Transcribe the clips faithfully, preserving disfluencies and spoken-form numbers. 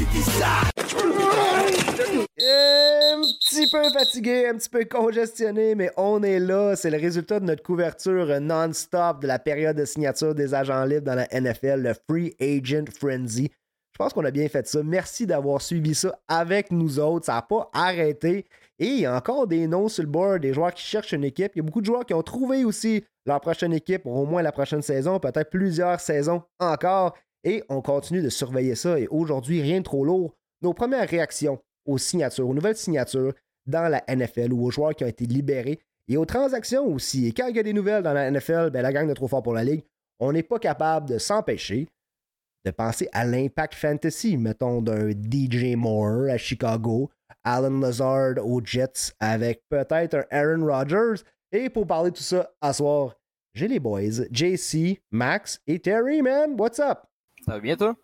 Un petit peu fatigué, un petit peu congestionné, mais on est là. C'est le résultat de notre couverture non-stop de la période de signature des agents libres dans la N F L, le Free Agent Frenzy. Je pense qu'on a bien fait ça. Merci d'avoir suivi ça avec nous autres. Ça n'a pas arrêté. Et il y a encore des noms sur le board, des joueurs qui cherchent une équipe. Il y a beaucoup de joueurs qui ont trouvé aussi leur prochaine équipe pour au moins la prochaine saison, peut-être plusieurs saisons encore. Et on continue de surveiller ça. Et aujourd'hui, rien de trop lourd. Nos premières réactions aux signatures, aux nouvelles signatures dans la N F L ou aux joueurs qui ont été libérés et aux transactions aussi. Et quand il y a des nouvelles dans la N F L, ben la gang de Trop Fort pour la Ligue, on n'est pas capable de s'empêcher de penser à l'impact fantasy, mettons d'un D J Moore à Chicago, Alan Lazard aux Jets avec peut-être un Aaron Rodgers. Et pour parler de tout ça à soir, j'ai les boys, J C, Max et Terry, man. What's up? Ça va bien, toi?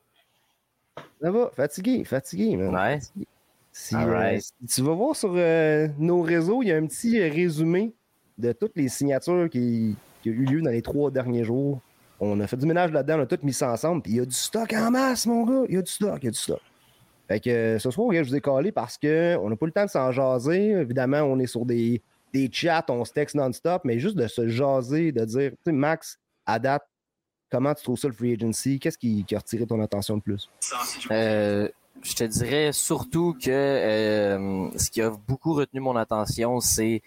Ça va, fatigué, fatigué, man. Ouais. Fatigué. Si, right. euh, si tu vas voir sur euh, nos réseaux, il y a un petit résumé de toutes les signatures qui, qui ont eu lieu dans les trois derniers jours. On a fait du ménage là-dedans, on a tout mis ça ensemble, puis il y a du stock en masse, mon gars. Il y a du stock, il y a du stock. Fait que euh, ce soir, je vous ai collé parce qu'on n'a pas le temps de s'en jaser. Évidemment, on est sur des, des chats, on se texte non-stop, mais juste de se jaser, de dire, tu sais, Max, à date, comment tu trouves ça le free agency? Qu'est-ce qui, qui a retiré ton attention le plus? Euh, je te dirais surtout que euh, ce qui a beaucoup retenu mon attention, c'est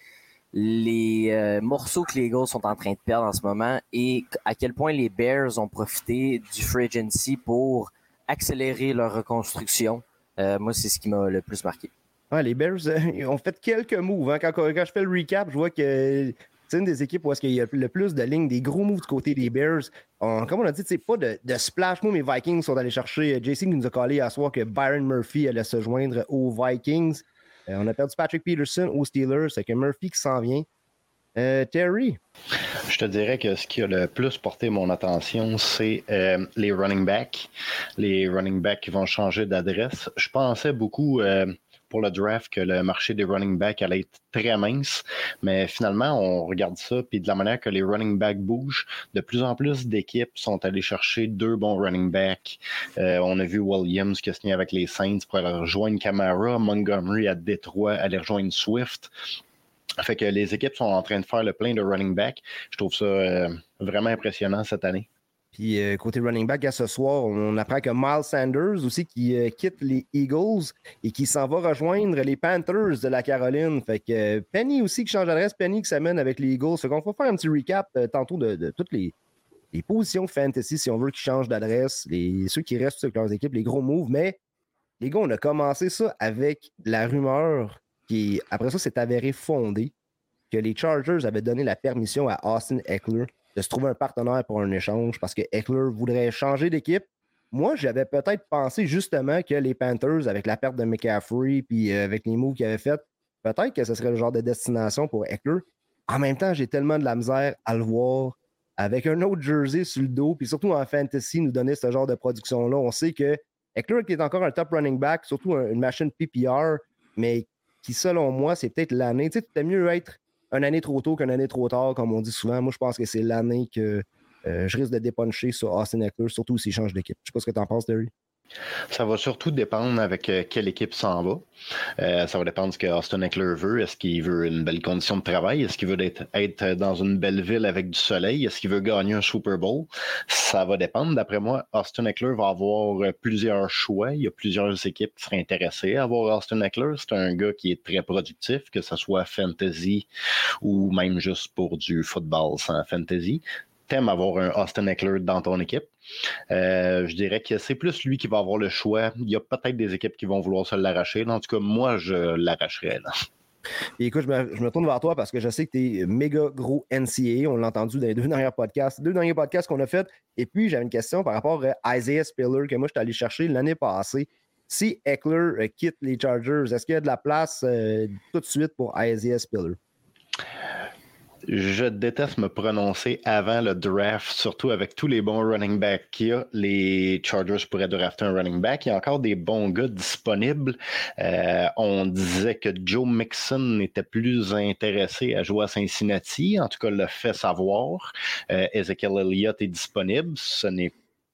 les euh, morceaux que les Eagles sont en train de perdre en ce moment et à quel point les Bears ont profité du free agency pour accélérer leur reconstruction. Euh, moi, c'est ce qui m'a le plus marqué. Ouais, les Bears euh, ont fait quelques moves. Hein. Quand, quand je fais le recap, je vois que c'est une des équipes où est-ce qu'il y a le plus de lignes, des gros moves du côté des Bears. On, comme on a dit, c'est pas de, de splash. Moi, mes Vikings sont allés chercher. Jason nous a collé à soir que Byron Murphy allait se joindre aux Vikings. Euh, on a perdu Patrick Peterson aux Steelers. C'est que Murphy qui s'en vient. Euh, Terry? Je te dirais que ce qui a le plus porté mon attention, c'est euh, les running backs. Les running backs qui vont changer d'adresse. Je pensais beaucoup euh, pour le draft que le marché des running backs allait être très mince, mais finalement, on regarde ça, puis de la manière que les running backs bougent, de plus en plus d'équipes sont allées chercher deux bons running backs. Euh, on a vu Williams qui a signé avec les Saints pour aller rejoindre Kamara, Montgomery à Détroit, aller rejoindre Swift. Fait que les équipes sont en train de faire le plein de running back. Je trouve ça euh, vraiment impressionnant cette année. Puis euh, côté running back, à ce soir, on apprend que Miles Sanders aussi qui euh, quitte les Eagles et qui s'en va rejoindre les Panthers de la Caroline. Fait que euh, Penny aussi qui change d'adresse, Penny qui s'amène avec les Eagles. Fait qu'on va faire un petit recap euh, tantôt de, de toutes les, les positions fantasy, si on veut, qui changent d'adresse, les, ceux qui restent avec leurs équipes, les gros moves. Mais les gars, on a commencé ça avec la rumeur qui, après ça, s'est avérée fondée que les Chargers avaient donné la permission à Austin Ekeler de se trouver un partenaire pour un échange parce que Ekeler voudrait changer d'équipe. Moi, j'avais peut-être pensé justement que les Panthers, avec la perte de McCaffrey puis euh, avec les moves qu'ils avaient fait, peut-être que ce serait le genre de destination pour Ekeler. En même temps, j'ai tellement de la misère à le voir avec un autre jersey sur le dos, puis surtout en fantasy, nous donner ce genre de production-là. On sait que Ekeler, qui est encore un top running back, surtout une machine P P R, mais qui, selon moi, c'est peut-être l'année. Tu sais, tu mieux être une année trop tôt qu'une année trop tard, comme on dit souvent. Moi, je pense que c'est l'année que euh, je risque de dépuncher sur Austin Ekeler, surtout s'il change d'équipe. Je sais pas ce que tu en penses, Terry. Ça va surtout dépendre avec euh, quelle équipe s'en va. Euh, ça va dépendre de ce que Austin Ekeler veut. Est-ce qu'il veut une belle condition de travail? Est-ce qu'il veut être, être dans une belle ville avec du soleil? Est-ce qu'il veut gagner un Super Bowl? Ça va dépendre. D'après moi, Austin Ekeler va avoir plusieurs choix. Il y a plusieurs équipes qui seraient intéressées à avoir Austin Ekeler. C'est un gars qui est très productif, que ce soit fantasy ou même juste pour du football sans fantasy. T'aimes avoir un Austin Ekeler dans ton équipe. Euh, je dirais que c'est plus lui qui va avoir le choix. Il y a peut-être des équipes qui vont vouloir se l'arracher. En tout cas, moi, je l'arracherais. Là. Et écoute, je me, je me tourne vers toi parce que je sais que tu es méga gros N C A A. On l'a entendu dans les deux derniers podcasts. Deux derniers podcasts qu'on a fait. Et puis, j'avais une question par rapport à Isaiah Spiller que moi, je suis allé chercher l'année passée. Si Ekeler quitte les Chargers, est-ce qu'il y a de la place euh, tout de suite pour Isaiah Spiller? Je déteste me prononcer avant le draft, surtout avec tous les bons running backs qu'il y a. Les Chargers pourraient drafter un running back. Il y a encore des bons gars disponibles. Euh, on disait que Joe Mixon était plus intéressé à jouer à Cincinnati. En tout cas, le fait savoir. Euh, Ezekiel Elliott est disponible. Ce n'est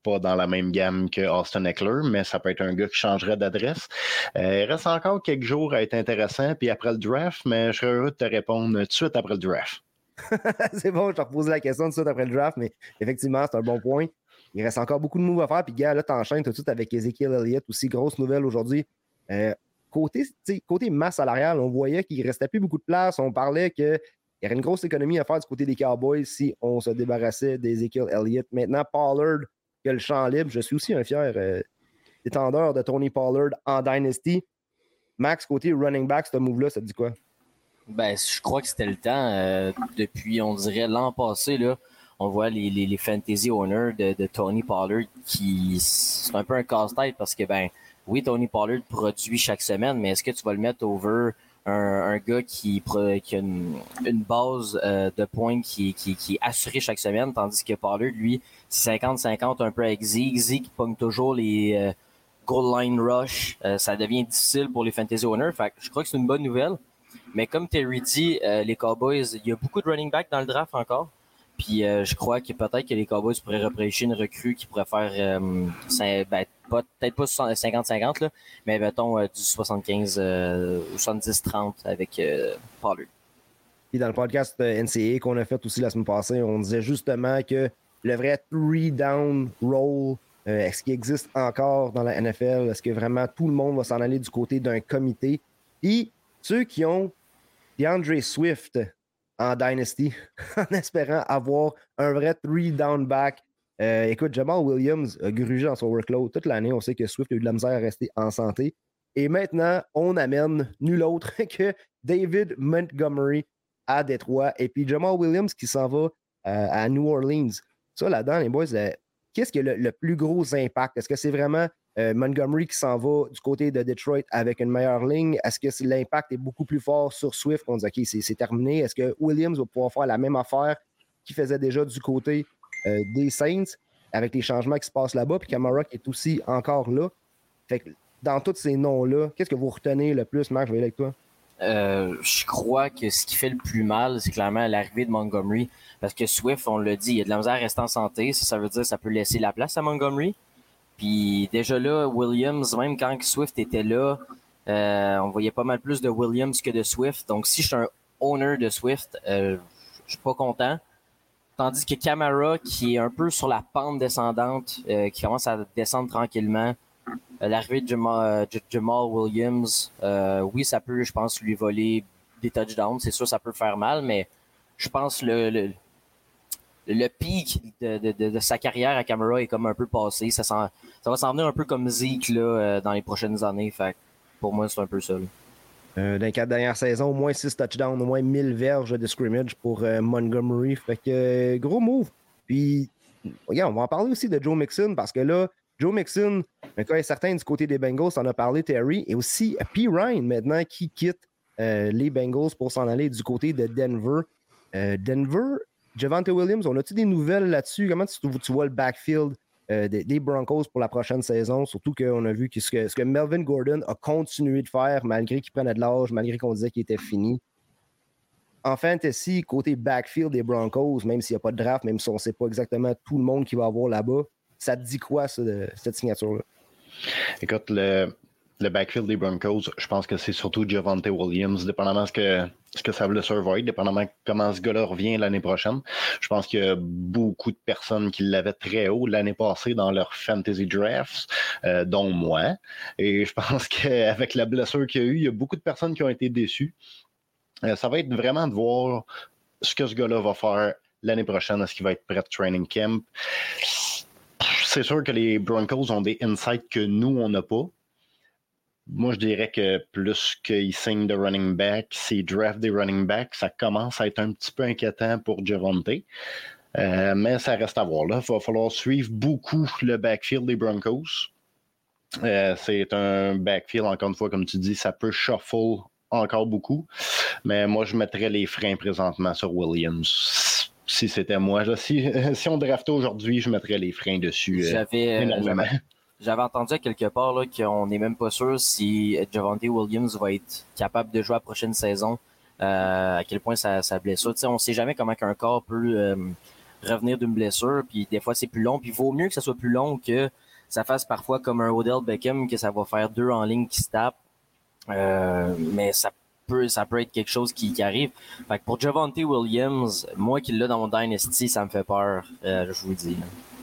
pas dans la même gamme que Austin Eckler, mais ça peut être un gars qui changerait d'adresse. Euh, il reste encore quelques jours à être intéressant, puis après le draft, mais je serais heureux de te répondre tout de suite après le draft. C'est bon, je te repose la question tout de suite après le draft, mais effectivement, c'est un bon point. Il reste encore beaucoup de moves à faire, puis gars, là, t'enchaînes tout de suite avec Ezekiel Elliott, aussi grosse nouvelle aujourd'hui. Euh, côté, côté masse salariale, on voyait qu'il ne restait plus beaucoup de place, on parlait que il y aurait une grosse économie à faire du côté des Cowboys si on se débarrassait d'Ezekiel Elliott. Maintenant, Pollard qui a le champ libre. Je suis aussi un fier euh, détendeur de Tony Pollard en Dynasty. Max, côté running back, ce move-là, ça te dit quoi? Ben, je crois que c'était le temps. Euh, depuis, on dirait, l'an passé, là, on voit les, les, les fantasy owners de, de Tony Pollard qui... C'est un peu un casse-tête parce que, ben, oui, Tony Pollard produit chaque semaine, mais est-ce que tu vas le mettre over... Un, un gars qui, qui a une, une base euh, de points qui, qui, qui est assurée chaque semaine, tandis que Pollard, lui, c'est cinquante cinquante un peu avec Zeke. Zeke pogne toujours les euh, goal line rush. Euh, ça devient difficile pour les fantasy owners. Fait que je crois que c'est une bonne nouvelle. Mais comme Terry dit, euh, les Cowboys, il y a beaucoup de running back dans le draft encore. Puis euh, je crois que peut-être que les Cowboys pourraient repêcher une recrue qui pourrait faire euh, ben, pas, peut-être pas cinquante cinquante, là, mais mettons euh, du soixante-quinze euh, ou soixante-dix trente avec euh, Pollard. Puis dans le podcast N C A A qu'on a fait aussi la semaine passée, on disait justement que le vrai three-down roll, euh, est-ce qu'il existe encore dans la N F L? Est-ce que vraiment tout le monde va s'en aller du côté d'un comité? Puis ceux qui ont DeAndre Swift en Dynasty, en espérant avoir un vrai three-down back. Euh, écoute, Jamal Williams a grugé dans son workload toute l'année. On sait que Swift a eu de la misère à rester en santé. Et maintenant, on amène nul autre que David Montgomery à Détroit. Et puis Jamal Williams qui s'en va euh, à New Orleans. Ça, là-dedans, les boys, euh, qu'est-ce qui a le, le plus gros impact? Est-ce que c'est vraiment euh, Montgomery qui s'en va du côté de Detroit avec une meilleure ligne? Est-ce que c'est, l'impact est beaucoup plus fort sur Swift? On dit, OK, c'est, c'est terminé. Est-ce que Williams va pouvoir faire la même affaire qu'il faisait déjà du côté euh, des Saints avec les changements qui se passent là-bas? Puis Kamara qui est aussi encore là. Fait que dans tous ces noms-là, qu'est-ce que vous retenez le plus, Marc? Je vais aller avec toi. Euh, je crois que ce qui fait le plus mal, c'est clairement l'arrivée de Montgomery. Parce que Swift, on l'a dit, il a de la misère à rester en santé. Ça, ça veut dire que ça peut laisser la place à Montgomery. Puis déjà là, Williams, même quand Swift était là, euh, on voyait pas mal plus de Williams que de Swift. Donc si je suis un owner de Swift, euh, je suis pas content. Tandis que Kamara, qui est un peu sur la pente descendante, euh, qui commence à descendre tranquillement, euh, l'arrivée de Jamal, euh, Jamal Williams, euh, oui, ça peut, je pense, lui voler des touchdowns. C'est sûr, ça peut faire mal, mais je pense le, le le pic de, de, de, de sa carrière à Kamara est comme un peu passé. Ça, ça va s'en venir un peu comme Zeke là, euh, dans les prochaines années. Fait pour moi, c'est un peu ça. Euh, dans les quatre dernières saisons, au moins six touchdowns, au moins mille verges de scrimmage pour euh, Montgomery. Fait que euh, gros move. Puis, regarde, on va en parler aussi de Joe Mixon parce que là, Joe Mixon, un cas est certain du côté des Bengals, t'en as parlé, Terry, et aussi P. Ryan maintenant qui quitte euh, les Bengals pour s'en aller du côté de Denver. Euh, Denver, Javonte Williams, on a-tu des nouvelles là-dessus? Comment tu, tu vois le backfield euh, des, des Broncos pour la prochaine saison? Surtout qu'on a vu que ce, que ce que Melvin Gordon a continué de faire malgré qu'il prenait de l'âge, malgré qu'on disait qu'il était fini. En fantasy, côté backfield des Broncos, même s'il n'y a pas de draft, même si on ne sait pas exactement tout le monde qui va avoir là-bas, ça te dit quoi, ça, de, cette signature-là? Écoute, le, le backfield des Broncos, je pense que c'est surtout Javonte Williams, dépendamment de ce que, ce que ça blessure va être, dépendamment de comment ce gars-là revient l'année prochaine. Je pense qu'il y a beaucoup de personnes qui l'avaient très haut l'année passée dans leur fantasy drafts, euh, dont moi. Et je pense qu'avec la blessure qu'il y a eu, il y a beaucoup de personnes qui ont été déçues. Euh, ça va être vraiment de voir ce que ce gars-là va faire l'année prochaine. Est-ce qu'il va être prêt de training camp? C'est sûr que les Broncos ont des insights que nous, on n'a pas. Moi, je dirais que plus qu'ils signent de running back, s'ils draftent des running backs, ça commence à être un petit peu inquiétant pour Javonte. Euh, mais ça reste à voir. Là. Il va falloir suivre beaucoup le backfield des Broncos. Euh, c'est un backfield, encore une fois, comme tu dis, ça peut shuffle encore beaucoup. Mais moi, je mettrais les freins présentement sur Williams. Si c'était moi, là, si, si on draftait aujourd'hui, je mettrais les freins dessus euh, j'avais, énormément. J'avais, j'avais entendu à quelque part là, qu'on n'est même pas sûr si Javonte Williams va être capable de jouer la prochaine saison, euh, à quel point sa, sa blessure. T'sais, on ne sait jamais comment qu'un corps peut euh, revenir d'une blessure, puis des fois c'est plus long, puis il vaut mieux que ça soit plus long que ça fasse parfois comme un Odell Beckham, que ça va faire deux en ligne qui se tapent, euh, mais ça peut, ça peut être quelque chose qui, qui arrive. Fait que pour Javonte Williams, moi qui l'ai dans mon Dynasty, ça me fait peur, euh, je vous le dis.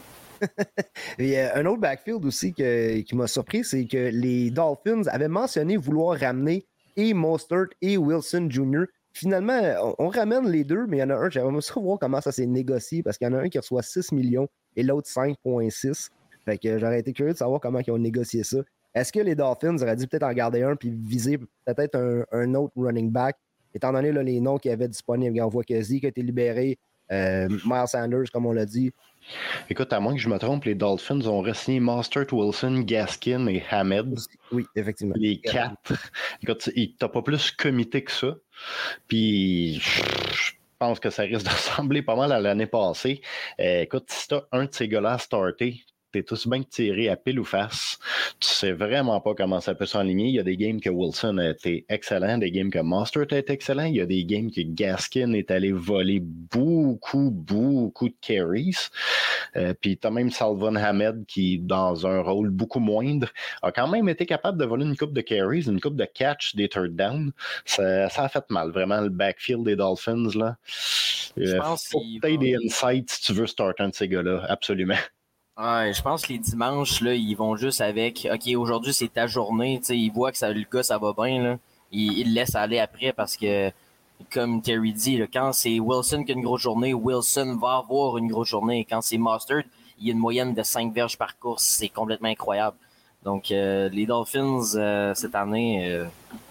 Il y a un autre backfield aussi que, qui m'a surpris, c'est que les Dolphins avaient mentionné vouloir ramener et Mostert et Wilson junior Finalement, on, on ramène les deux, mais il y en a un, j'aimerais aussi voir comment ça s'est négocié, parce qu'il y en a un qui reçoit six millions et l'autre cinq virgule six. Fait que j'aurais été curieux de savoir comment ils ont négocié ça. Est-ce que les Dolphins auraient dû peut-être en garder un puis viser peut-être un, un autre running back, étant donné là, les noms qu'il y avait disponibles? On voit que Zeke a été libéré, euh, Miles Sanders, comme on l'a dit. Écoute, à moins que je me trompe, les Dolphins ont re-signé Mostert, Wilson, Gaskin et Hamed. Oui, effectivement. Les quatre. Écoute, t'as pas plus comité que ça. Puis, je pense que ça risque de ressembler pas mal à l'année passée. Euh, écoute, si t'as un de ces gars-là à starter, t'es tous bien tiré à pile ou face. Tu sais vraiment pas comment ça peut s'enligner. Il y a des games que Wilson a été excellent, des games que Mostert a été excellent. Il y a des games que Gaskin est allé voler beaucoup, beaucoup de carries. Euh, puis t'as même Salvon Hamed qui, dans un rôle beaucoup moindre, a quand même été capable de voler une coupe de carries, une coupe de catch des third down. Ça, ça a fait mal, vraiment, le backfield des Dolphins. Là. Je euh, pense faut que t'aies des insights si tu veux starter un de ces gars-là, absolument. Ouais, je pense que les dimanches, là, ils vont juste avec OK, aujourd'hui c'est ta journée, tu sais, ils voient que ça, le gars, ça va bien, là. Ils, ils le laissent aller après parce que, comme Terry dit, là, quand c'est Wilson qui a une grosse journée, Wilson va avoir une grosse journée. Quand c'est Mostert, il y a une moyenne de cinq verges par course. C'est complètement incroyable. Donc, euh, les Dolphins, euh, cette année, euh,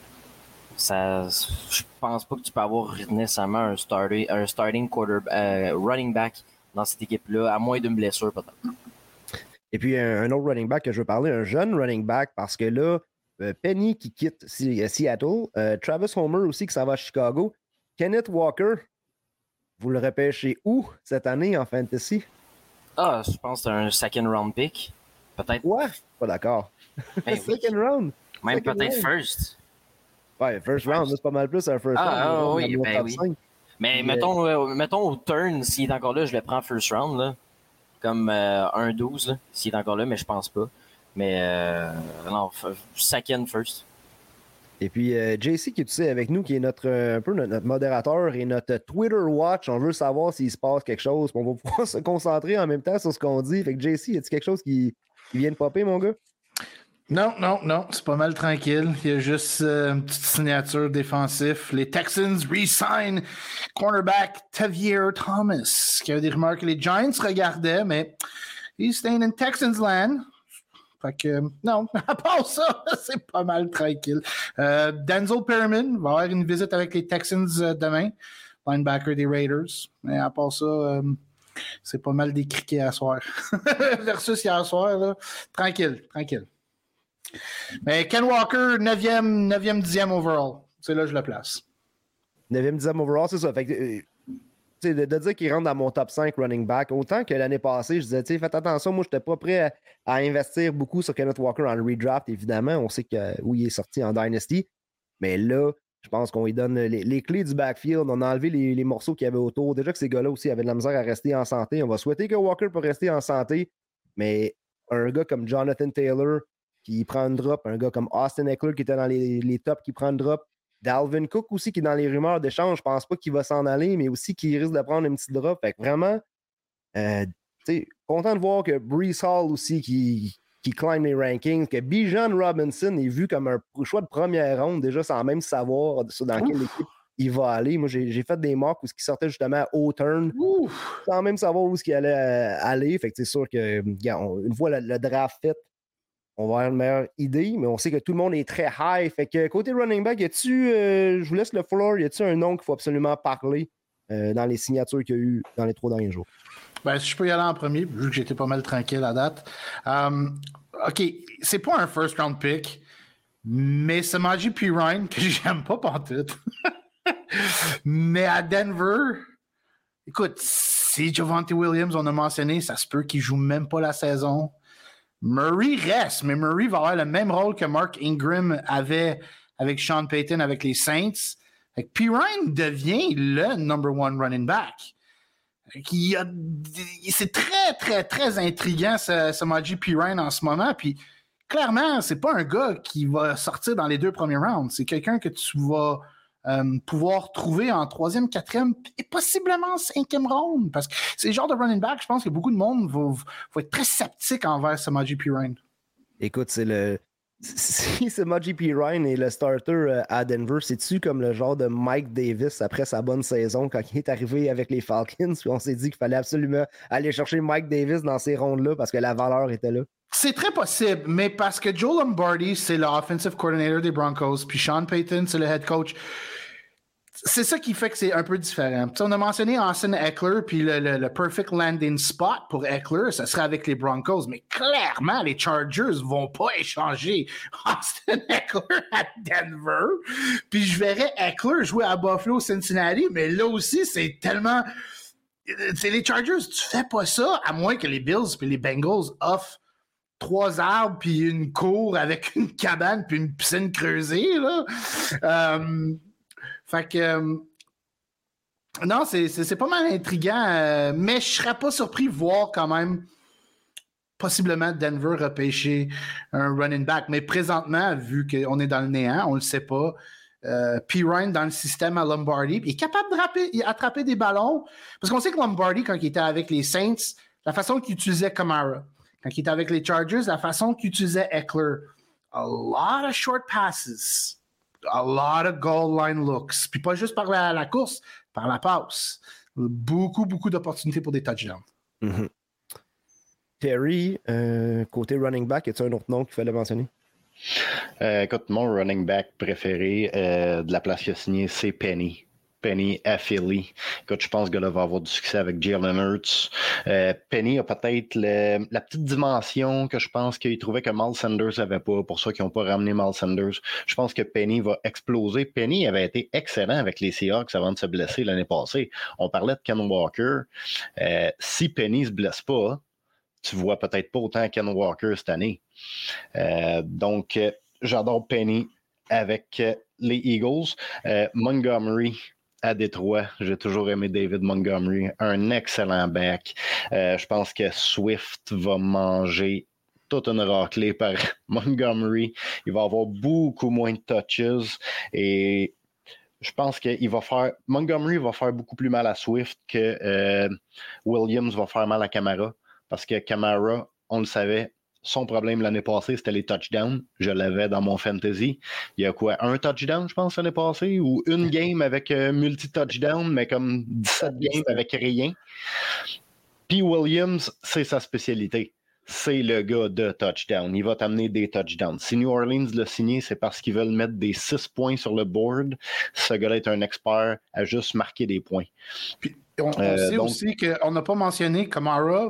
ça, je pense pas que tu peux avoir nécessairement un, starter, un starting quarter, euh, running back dans cette équipe-là, à moins d'une blessure peut-être. Et puis, un, un autre running back que je veux parler, un jeune running back, parce que là, euh, Penny qui quitte C- Seattle, euh, Travis Homer aussi qui s'en va à Chicago, Kenneth Walker, vous le repêchez où cette année en fantasy? Ah, je pense que c'est un second round pick. Peut-être. Ouais, pas d'accord. Ben second oui. round. Même second peut-être round. first. Ouais, first round, c'est pas mal plus un first Ah, round. ah oui, dans ben top oui. cinq. Mais Puis, mettons, euh, mettons au turn, s'il est encore là, je le prends first round, là. Comme euh, un douze, là, s'il est encore là, mais je pense pas. Mais euh, non, f- second first. Et puis, euh, J C qui est aussi avec nous, qui est notre, euh, un peu notre, notre modérateur et notre Twitter watch. On veut savoir s'il se passe quelque chose. On va pouvoir se concentrer en même temps sur ce qu'on dit. Fait que J C, y a-t-il quelque chose qui, qui vient de popper, mon gars? Non, non, non, c'est pas mal tranquille. Il y a juste euh, une petite signature défensive. Les Texans re-sign cornerback Tavier Thomas, qui avait des rumeurs que les Giants regardaient, mais he's staying in Texans land. Fait que, non, à part ça, c'est pas mal tranquille. Euh, Denzel Perryman va avoir une visite avec les Texans euh, demain, linebacker des Raiders. Mais à part ça, euh, c'est pas mal des criquets à soir. Versus hier soir, là. Tranquille, tranquille. Mais Ken Walker, neuvième, neuvième, dixième overall. C'est là que je le place. neuvième, dixième overall, c'est ça. Fait que, euh, de, de dire qu'il rentre dans mon top cinq running back, autant que l'année passée, je disais, faites attention, moi, je n'étais pas prêt à, à investir beaucoup sur Kenneth Walker en redraft, évidemment. On sait que oui, il est sorti en Dynasty. Mais là, je pense qu'on lui donne les, les clés du backfield. On a enlevé les, les morceaux qu'il y avait autour. Déjà que ces gars-là aussi avaient de la misère à rester en santé. On va souhaiter que Walker peut rester en santé. Mais un gars comme Jonathan Taylor qui prend une drop, un gars comme Austin Eckler qui était dans les, les tops qui prend une drop, Dalvin Cook aussi qui est dans les rumeurs d'échange, je pense pas qu'il va s'en aller, mais aussi qui risque de prendre une petite drop. Fait que vraiment, euh, tu sais, content de voir que Breece Hall aussi qui, qui climb les rankings, que Bijan Robinson est vu comme un choix de première ronde, déjà sans même savoir dans quelle Ouf. équipe il va aller. Moi, j'ai, j'ai fait des mocks où il sortait justement au turn, Ouf. sans même savoir où il allait euh, aller. Fait que c'est sûr que, une fois le, le draft fait, on va avoir une meilleure idée, mais on sait que tout le monde est très high. Fait que côté running back, y a-tu, euh, je vous laisse le floor, y a-tu un nom qu'il faut absolument parler euh, dans les signatures qu'il y a eu dans les trois derniers jours? Ben, si je peux y aller en premier, vu que j'étais pas mal tranquille à date. Um, OK, c'est pas un first round pick, mais c'est Samaje Perine que j'aime pas pantoute. Mais à Denver, écoute, si Javonte Williams, on a mentionné, ça se peut qu'il joue même pas la saison. Murray reste, mais Murray va avoir le même rôle que Mark Ingram avait avec Sean Payton avec les Saints. Perine devient le number one running back. Qui a, c'est très, très, très intriguant, ce, ce Samaje Perine en ce moment. Puis, clairement, c'est pas un gars qui va sortir dans les deux premiers rounds. C'est quelqu'un que tu vas euh, pouvoir trouver en troisième, quatrième et possiblement en cinquième round. Parce que c'est le genre de running back, je pense que beaucoup de monde va, va être très sceptique envers Samaje Perine. Écoute, c'est le... Si Samaje Perine est le starter à Denver, c'est-tu comme le genre de Mike Davis après sa bonne saison quand il est arrivé avec les Falcons, puis on s'est dit qu'il fallait absolument aller chercher Mike Davis dans ces rondes-là parce que la valeur était là? C'est très possible, mais parce que Joe Lombardi, c'est l'offensive coordinator des Broncos, puis Sean Payton, c'est le head coach. C'est ça qui fait que c'est un peu différent. T'sais, on a mentionné Austin Eckler, puis le, le, le perfect landing spot pour Eckler, ça serait avec les Broncos, mais clairement, les Chargers vont pas échanger Austin Eckler à Denver. Puis je verrais Eckler jouer à Buffalo, Cincinnati, mais là aussi, c'est tellement... C'est les Chargers, tu fais pas ça, à moins que les Bills puis les Bengals offrent trois arbres puis une cour avec une cabane puis une piscine creusée, là. Euh... Fait que, euh, non, c'est, c'est, c'est pas mal intriguant, euh, mais je serais pas surpris de voir quand même possiblement Denver repêcher un running back. Mais présentement, vu qu'on est dans le néant, on le sait pas, euh, Perine dans le système à Lombardi, il est capable de rapper, attraper des ballons. Parce qu'on sait que Lombardi, quand il était avec les Saints, la façon qu'il utilisait Kamara, quand il était avec les Chargers, la façon qu'il utilisait Eckler, a lot of short passes. A lot of goal line looks. Puis pas juste par la, la course, par la passe. Beaucoup, beaucoup d'opportunités pour des touchdowns. Mm-hmm. Terry, euh, côté running back, est-ce un autre nom qu'il fallait mentionner? Euh, écoute, mon running back préféré euh, de la place qu'il a signé, c'est Penny. Penny à Philly. Écoute, je pense que là va avoir du succès avec Jalen Hurts. Euh, Penny a peut-être le, la petite dimension que je pense qu'il trouvait que Miles Sanders n'avait pas, pour ceux qui n'ont pas ramené Miles Sanders. Je pense que Penny va exploser. Penny avait été excellent avec les Seahawks avant de se blesser l'année passée. On parlait de Ken Walker. Euh, si Penny ne se blesse pas, tu vois peut-être pas autant Ken Walker cette année. Euh, donc, euh, j'adore Penny avec euh, les Eagles. Euh, Montgomery à Détroit. J'ai toujours aimé David Montgomery. Un excellent back. Euh, je pense que Swift va manger toute une raclée par Montgomery. Il va avoir beaucoup moins de touches et je pense qu'il va faire... Montgomery va faire beaucoup plus mal à Swift que euh, Williams va faire mal à Kamara parce que Kamara, on le savait, son problème l'année passée, c'était les touchdowns. Je l'avais dans mon fantasy. Il y a quoi, un touchdown, je pense, l'année passée, ou une game avec euh, multi-touchdown, mais comme dix-sept games avec rien. Puis Williams, c'est sa spécialité. C'est le gars de touchdown. Il va t'amener des touchdowns. Si New Orleans l'a signé, c'est parce qu'ils veulent mettre des six points sur le board. Ce gars-là est un expert à juste marquer des points. Puis on, on euh, sait donc... aussi qu'on n'a pas mentionné Kamara.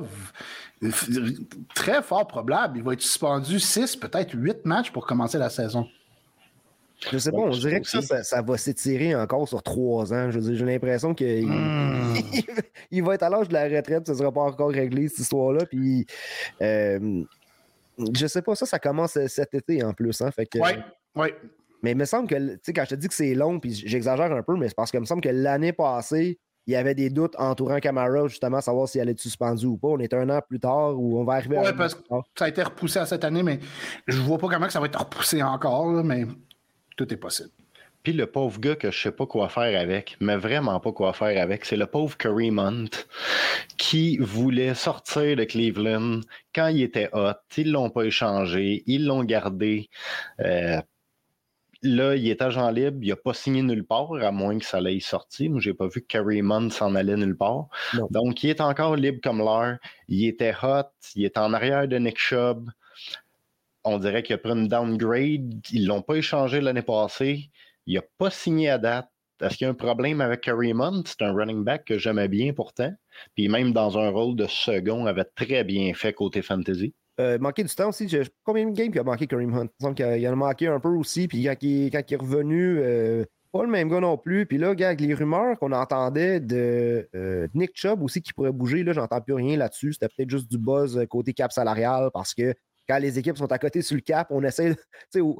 Très fort probable. Il va être suspendu six, peut-être huit matchs pour commencer la saison. Je sais pas, on dirait que ça, ça, ça va s'étirer encore sur trois ans. Je veux dire, j'ai l'impression qu'il mm. il va être à l'âge de la retraite, ça ne sera pas encore réglé, cette histoire-là. Puis, euh, je sais pas, ça, ça commence cet été en plus. Hein, fait que, oui, oui. Mais il me semble que, tu sais, quand je te dis que c'est long, puis j'exagère un peu, mais c'est parce qu'il me semble que l'année passée, il y avait des doutes entourant Kamara, justement, à savoir s'il allait être suspendu ou pas. On est un an plus tard ou on va arriver ouais, à... Oui, parce que ça a été repoussé à cette année, mais je vois pas comment que ça va être repoussé encore, là, mais tout est possible. Puis le pauvre gars que je sais pas quoi faire avec, mais vraiment pas quoi faire avec, c'est le pauvre Kareem Hunt qui voulait sortir de Cleveland quand il était hot. Ils l'ont pas échangé, ils l'ont gardé. Euh, Là, il est agent libre, il n'a pas signé nulle part, à moins que ça l'ait sorti. Moi, je n'ai pas vu que Kareem Hunt s'en allait nulle part. Non. Donc, il est encore libre comme l'air. Il était hot, il est en arrière de Nick Chubb. On dirait qu'il a pris une downgrade. Ils ne l'ont pas échangé l'année passée. Il n'a pas signé à date. Est-ce qu'il y a un problème avec Kareem Hunt? C'est un running back que j'aimais bien pourtant. Puis même dans un rôle de second, avait très bien fait côté fantasy. Euh, manquer du temps aussi. Je, combien de games qu'il a manqué Kareem Hunt? Il me semble qu'il en a manqué un peu aussi. Puis quand il, quand il est revenu, euh, pas le même gars non plus. Puis là, avec les rumeurs qu'on entendait de euh, Nick Chubb aussi qui pourrait bouger, là, j'entends plus rien là-dessus. C'était peut-être juste du buzz côté cap salarial parce que quand les équipes sont à côté sur le cap, on essaie. Tu sais,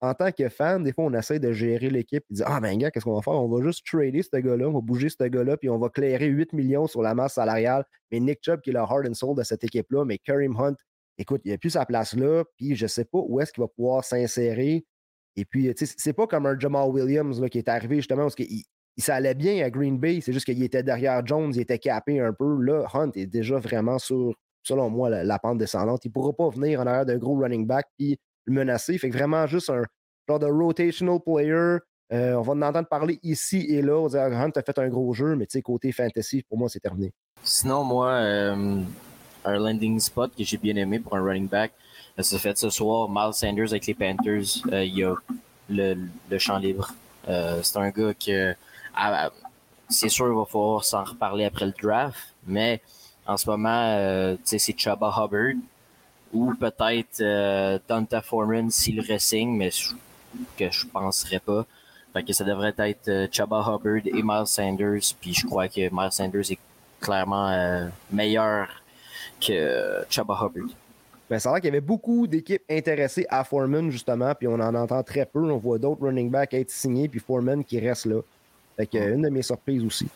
en tant que fan, des fois, on essaie de gérer l'équipe et dire « Ah, ben, gars, qu'est-ce qu'on va faire? On va juste trader ce gars-là, on va bouger ce gars-là, puis on va clairer huit millions sur la masse salariale. » Mais Nick Chubb, qui est le heart and soul de cette équipe-là, mais Kareem Hunt, écoute, il n'a plus sa place là, puis je ne sais pas où est-ce qu'il va pouvoir s'insérer. Et puis, tu sais, c'est pas comme un Jamal Williams là, qui est arrivé justement parce qu'il il, ça allait bien à Green Bay, c'est juste qu'il était derrière Jones, il était capé un peu. Là, Hunt est déjà vraiment sur, selon moi, la, la pente descendante. Il ne pourra pas venir en arrière d'un gros running back puis le menacer. Fait que vraiment juste un genre de rotational player. Euh, on va en entendre parler ici et là. On va dire, Hunt a fait un gros jeu, mais tu sais, côté fantasy, pour moi, c'est terminé. Sinon, moi, euh, un landing spot que j'ai bien aimé pour un running back, ça s'est fait ce soir. Miles Sanders avec les Panthers, euh, il y a le, le champ libre. Euh, c'est un gars que à, à, c'est sûr il va falloir s'en reparler après le draft, mais en ce moment, euh, c'est Chuba Hubbard ou peut-être euh, Donta Foreman s'il re-signe, mais je, que je penserais pas. Fait que ça devrait être euh, Chuba Hubbard et Miles Sanders, puis je crois que Miles Sanders est clairement euh, meilleur que euh, Chuba Hubbard. Ben, ça a l'air qu'il y avait beaucoup d'équipes intéressées à Foreman, justement, puis on en entend très peu. On voit d'autres running backs être signés, puis Foreman qui reste là. Fait que, une de mes surprises aussi.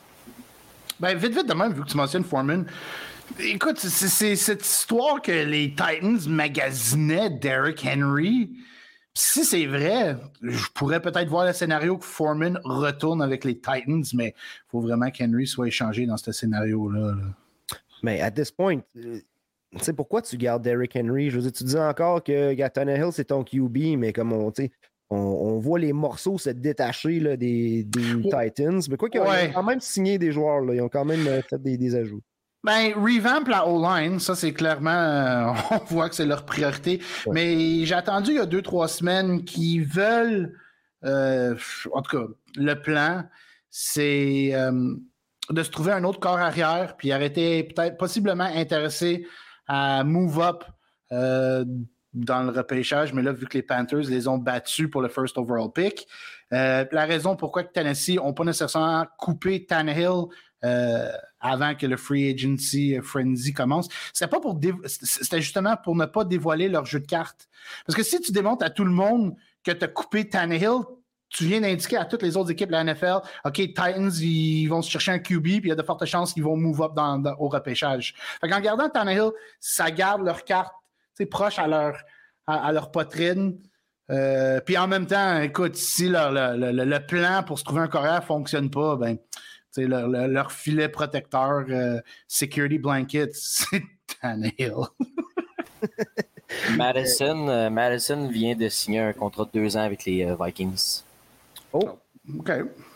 Ben, vite, vite de même, vu que tu mentionnes Foreman. Écoute, c'est, c'est cette histoire que les Titans magasinaient Derrick Henry. Si c'est vrai, je pourrais peut-être voir le scénario que Foreman retourne avec les Titans, mais il faut vraiment qu'Henry soit échangé dans ce scénario-là. Là. Mais à this point... Euh... Tu sais, pourquoi tu gardes Derrick Henry? Je veux dire, tu dis encore que Tannehill, c'est ton Q B, mais comme on, on, on voit les morceaux se détacher là, des, des oh. Titans. Mais quoi qu'ils ouais. ont quand même signé des joueurs, là. Ils ont quand même fait des, des ajouts. Ben, revamp la O-line, ça c'est clairement, euh, on voit que c'est leur priorité. Ouais. Mais j'ai attendu il y a deux, trois semaines qu'ils veulent, euh, en tout cas, le plan, c'est euh, de se trouver un autre corps arrière, puis arrêter peut-être possiblement intéressé à move up euh, dans le repêchage, mais là, vu que les Panthers les ont battus pour le first overall pick, euh, la raison pourquoi que Tennessee n'ont pas nécessairement coupé Tannehill euh, avant que le free agency frenzy commence, c'était pas pour dé- c'était justement pour ne pas dévoiler leur jeu de cartes. Parce que si tu démontres à tout le monde que tu as coupé Tannehill, tu viens d'indiquer à toutes les autres équipes de la N F L, OK, Titans, ils vont se chercher un Q B, puis il y a de fortes chances qu'ils vont move up dans, dans, au repêchage. Fait qu'en gardant Tannehill, ça garde leur carte proche à leur, à, à leur poitrine. Euh, puis en même temps, écoute, si leur, le, le, le plan pour se trouver un carrière ne fonctionne pas, ben, leur, leur, leur filet protecteur, euh, security blanket, c'est Tannehill. Madison, euh, Madison vient de signer un contrat de deux ans avec les euh, Vikings. Oh, OK.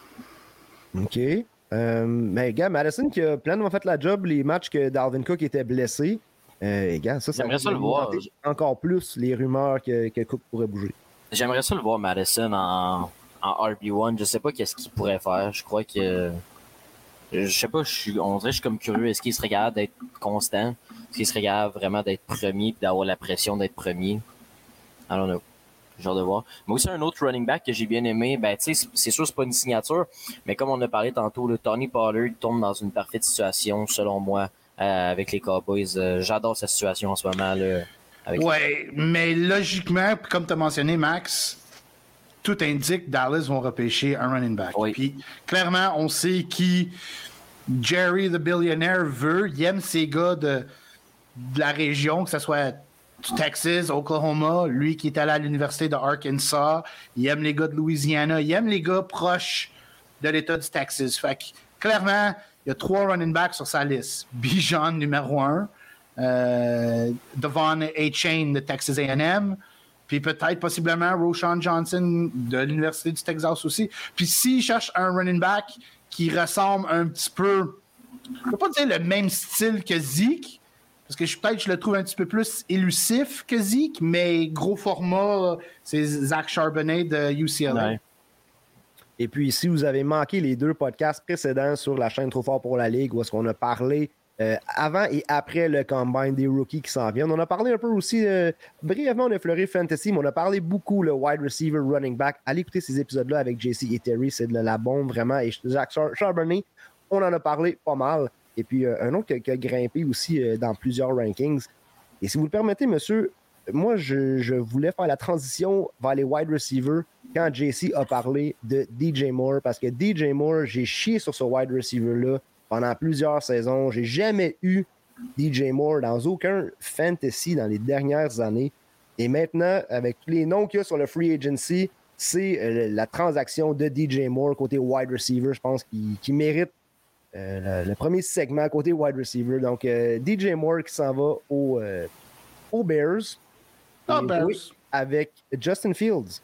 OK. Euh, mais gars, Madison qui a pleinement fait la job les matchs que Dalvin Cook était blessé. Euh, gars, ça, ça J'aimerais ça le voir. Encore plus les rumeurs que, que Cook pourrait bouger. J'aimerais ça le voir, Madison, en, en R B un. Je sais pas qu'est-ce qu'il pourrait faire. Je crois que... Je sais pas, je suis, on dirait que je suis comme curieux. Est-ce qu'il serait capable d'être constant? Est-ce qu'il serait capable vraiment d'être premier et d'avoir la pression d'être premier? I don't know. Genre de voir. Mais aussi un autre running back que j'ai bien aimé, ben tu sais, c'est sûr c'est pas une signature, mais comme on a parlé tantôt, le Tony Pollard tombe dans une parfaite situation, selon moi, euh, avec les Cowboys. Euh, j'adore cette situation en ce moment là. Avec ouais, les... mais logiquement, comme tu as mentionné, Max, tout indique que Dallas vont repêcher un running back. Oui. Puis clairement, on sait qui Jerry the Billionaire veut. Il aime ces gars de, de la région, que ce soit Texas, Oklahoma, lui qui est allé à l'université de Arkansas. Il aime les gars de Louisiana. Il aime les gars proches de l'État du Texas. Fait que, clairement, il y a trois running backs sur sa liste. Bijan, numéro un. Euh, Devon A-Chain de Texas A and M. Puis peut-être, possiblement, Roschon Johnson de l'Université du Texas aussi. Puis s'il cherche un running back qui ressemble un petit peu, je ne peux pas dire le même style que Zeke, parce que je, peut-être je le trouve un petit peu plus élusif que Zeke, mais gros format, c'est Zach Charbonnet de U C L A. Ouais. Et puis, si vous avez manqué les deux podcasts précédents sur la chaîne Trop Fort pour la Ligue, où est-ce qu'on a parlé euh, avant et après le combine des rookies qui s'en viennent, on a parlé un peu aussi, euh, brièvement, on a effleuré Fantasy, mais on a parlé beaucoup le wide receiver running back. Allez écouter ces épisodes-là avec J C et Terry, c'est de la bombe, vraiment. Et Zach Charbonnet, on en a parlé pas mal. Et puis, euh, un autre qui a, qui a grimpé aussi euh, dans plusieurs rankings. Et si vous le permettez, monsieur, moi, je, je voulais faire la transition vers les wide receivers quand J C a parlé de D J Moore, parce que D J Moore, j'ai chié sur ce wide receiver-là pendant plusieurs saisons. J'ai jamais eu D J Moore dans aucun fantasy dans les dernières années. Et maintenant, avec tous les noms qu'il y a sur le free agency, c'est euh, la transaction de D J Moore côté wide receiver, je pense, qui, qui mérite euh, le, le premier segment côté wide receiver. Donc, euh, D J Moore qui s'en va au, euh, aux Bears. Ah, Bears. Oui, avec Justin Fields.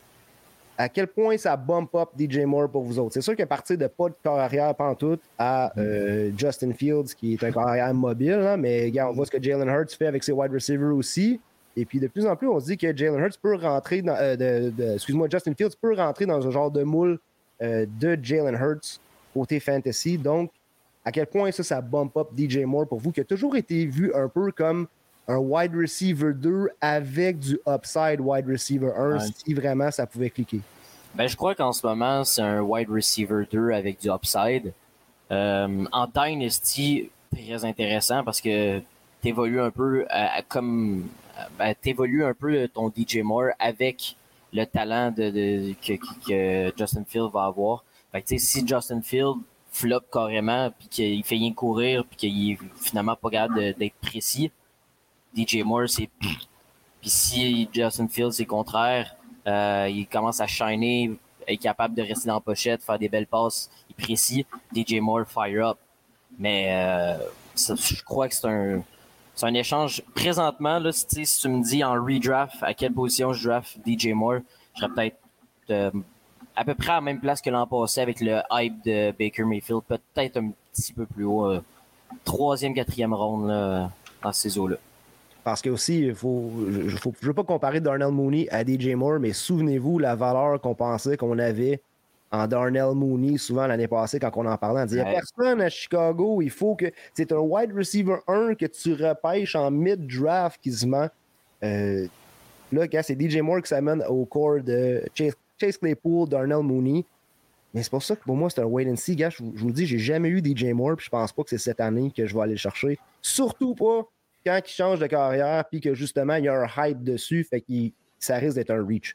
À quel point ça bump up D J Moore pour vous autres? C'est sûr qu'à partir de pas de corps arrière pantoute à euh, Justin Fields, qui est un corps arrière mobile, hein, mais regarde, on voit ce que Jalen Hurts fait avec ses wide receivers aussi. Et puis, de plus en plus, on se dit que Jalen Hurts peut rentrer dans... Euh, de, de, excuse-moi, Justin Fields peut rentrer dans un genre de moule euh, de Jalen Hurts côté fantasy. Donc, à quel point ça, ça bump up D J Moore pour vous, qui a toujours été vu un peu comme un wide receiver deux avec du upside wide receiver un, ouais. Si vraiment ça pouvait cliquer? Ben, je crois qu'en ce moment, c'est un wide receiver deux avec du upside. Euh, en Dynasty, très intéressant parce que tu évolues un peu à, à, comme... Ben, t'évolues un peu ton D J Moore avec le talent de, de, que, que Justin Fields va avoir. Fait que, si Justin Fields flop carrément, puis qu'il fait rien courir, puis qu'il est finalement pas capable d'être précis, D J Moore, c'est... Puis si Justin Fields, c'est le contraire, euh, il commence à shiner, est capable de rester dans la pochette, faire des belles passes, il est précis, D J Moore, fire up. Mais euh, ça, je crois que c'est un... C'est un échange. Présentement, là, si, si tu me dis en redraft à quelle position je draft D J Moore, je serais peut-être euh, à peu près à la même place que l'an passé avec le hype de Baker Mayfield. Peut-être un petit peu plus haut. Euh, troisième, quatrième ronde là, dans ces eaux-là. Parce que aussi, il faut, je ne veux pas comparer Darnell Mooney à D J Moore, mais souvenez-vous la valeur qu'on pensait qu'on avait en Darnell Mooney, souvent l'année passée, quand on en parlait, on disait ouais. Personne à Chicago, il faut que. C'est un wide receiver un que tu repêches en mid-draft quasiment. Euh, là, quand c'est D J Moore qui s'amène au corps de Chase, Chase Claypool, Darnell Mooney. Mais c'est pour ça que pour moi, c'est un wait and see. Gars, je, je vous le dis, j'ai jamais eu D J Moore, puis je pense pas que c'est cette année que je vais aller le chercher. Surtout pas quand il change de carrière, puis que justement, il y a un hype dessus, fait que ça risque d'être un reach.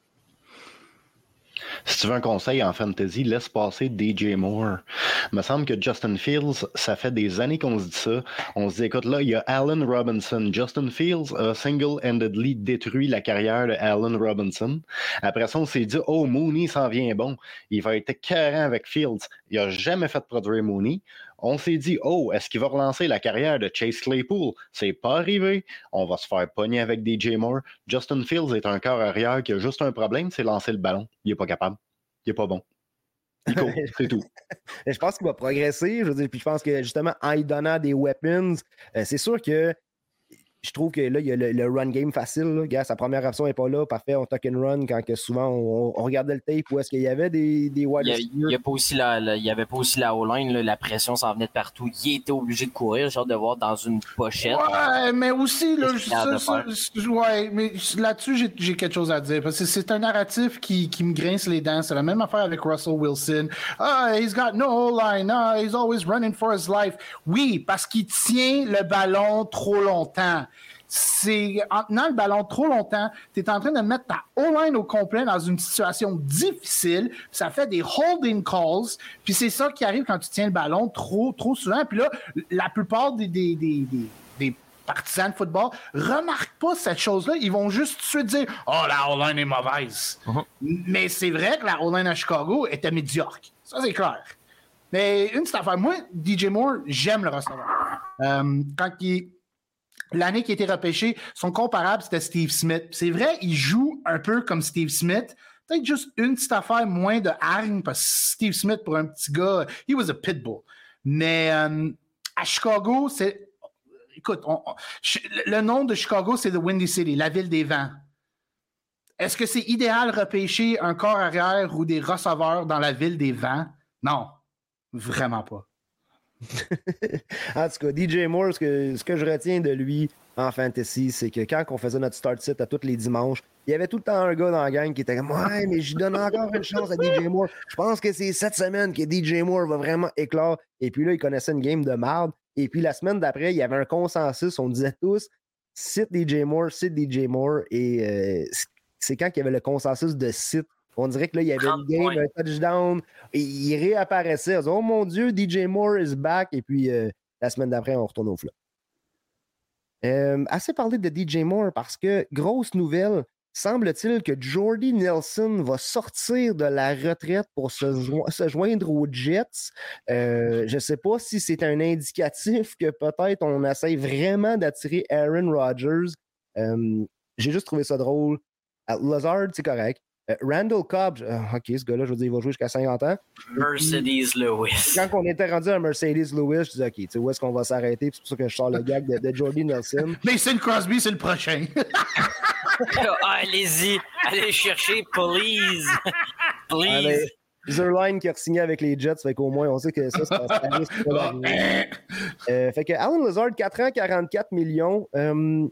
Si tu veux un conseil en fantasy, laisse passer D J Moore. Il me semble que Justin Fields, ça fait des années qu'on se dit ça. On se dit, écoute, là, il y a Allen Robinson. Justin Fields a single-handedly détruit la carrière de Allen Robinson. Après ça, on s'est dit, oh, Mooney s'en vient bon. Il va être écœurant avec Fields. Il n'a jamais fait produire Mooney. On s'est dit, oh, est-ce qu'il va relancer la carrière de Chase Claypool? C'est pas arrivé. On va se faire pogner avec D J Moore. Justin Fields est un corps arrière qui a juste un problème, c'est lancer le ballon. Il n'est pas capable. Il n'est pas bon. Il court, c'est tout. Je pense qu'il va progresser. Je veux dire, puis je pense que justement, en lui donnant des weapons, euh, c'est sûr que je trouve que là, il y a le, le run game facile. Là. Gars, sa première option n'est pas là. Parfait, on tuck and run quand que souvent on, on regardait le tape où est-ce qu'il y avait des, des wide receivers. Il n'y avait pas aussi la O-line. Là, la pression s'en venait de partout. Il était obligé de courir. J'ai hâte de voir dans une pochette. Ouais, mais aussi, là, ça, ça, ouais, mais là-dessus, j'ai, j'ai quelque chose à dire. Parce que c'est un narratif qui, qui me grince les dents. C'est la même affaire avec Russell Wilson. Ah, he's got no O-line. Ah, he's always running for his life. Oui, parce qu'il tient le ballon trop longtemps. C'est en tenant le ballon trop longtemps, tu es en train de mettre ta O-line au complet dans une situation difficile, ça fait des holding calls, puis c'est ça qui arrive quand tu tiens le ballon trop trop souvent. Puis là, la plupart des, des, des, des, des partisans de football remarquent pas cette chose-là. Ils vont juste tout de suite dire « Oh, la O-line est mauvaise. Uh-huh. » Mais c'est vrai que la O-line à Chicago était médiocre. Ça, c'est clair. Mais une petite affaire, moi, D J Moore, j'aime le receveur. Euh, quand il L'année qui a été repêché, son comparable, c'était Steve Smith. C'est vrai, il joue un peu comme Steve Smith. Peut-être juste une petite affaire moins de hargne, parce que Steve Smith, pour un petit gars, he was a pitbull. Mais euh, à Chicago, c'est... Écoute, on, on, le nom de Chicago, c'est The Windy City, la ville des vents. Est-ce que c'est idéal repêcher un corps arrière ou des receveurs dans la ville des vents? Non, vraiment pas. En tout cas, D J Moore, ce que, ce que je retiens de lui en fantasy, c'est que quand on faisait notre start sit à tous les dimanches, il y avait tout le temps un gars dans la gang qui était comme « Ouais, mais je donne encore une chance à D J Moore. Je pense que c'est cette semaine que D J Moore va vraiment éclore. » Et puis là, il connaissait une game de marde. Et puis la semaine d'après, il y avait un consensus. On disait tous sit D J Moore, sit D J Moore, et euh, c'est quand il y avait le consensus de sit. On dirait que là, il y avait une game, points. Un touchdown, et il réapparaissait. On disait, oh mon Dieu, D J Moore is back, et puis euh, la semaine d'après, on retourne au flop. Euh, assez parlé de D J Moore parce que, grosse nouvelle, semble-t-il que Jordy Nelson va sortir de la retraite pour se, jo- se joindre aux Jets. Euh, je ne sais pas si c'est un indicatif que peut-être on essaye vraiment d'attirer Aaron Rodgers. Euh, j'ai juste trouvé ça drôle. Uh, Lazard, c'est correct. Uh, Randall Cobb, uh, OK, ce gars-là, je veux dire, il va jouer jusqu'à cinquante ans. Mercedes Lewis. Quand on était rendu à Mercedes Lewis, je disais, OK, tu sais, où est-ce qu'on va s'arrêter? C'est pour ça que je sors le gag de, de Jordy Nelson. Mason Crosby, c'est le prochain. Ah, allez-y, allez chercher, please. Please. Ah, Zerline qui a signé avec les Jets, fait qu'au moins on sait que ça, c'est un risque. euh, fait que Alan Lazard, quatre ans, quarante-quatre millions. Euh,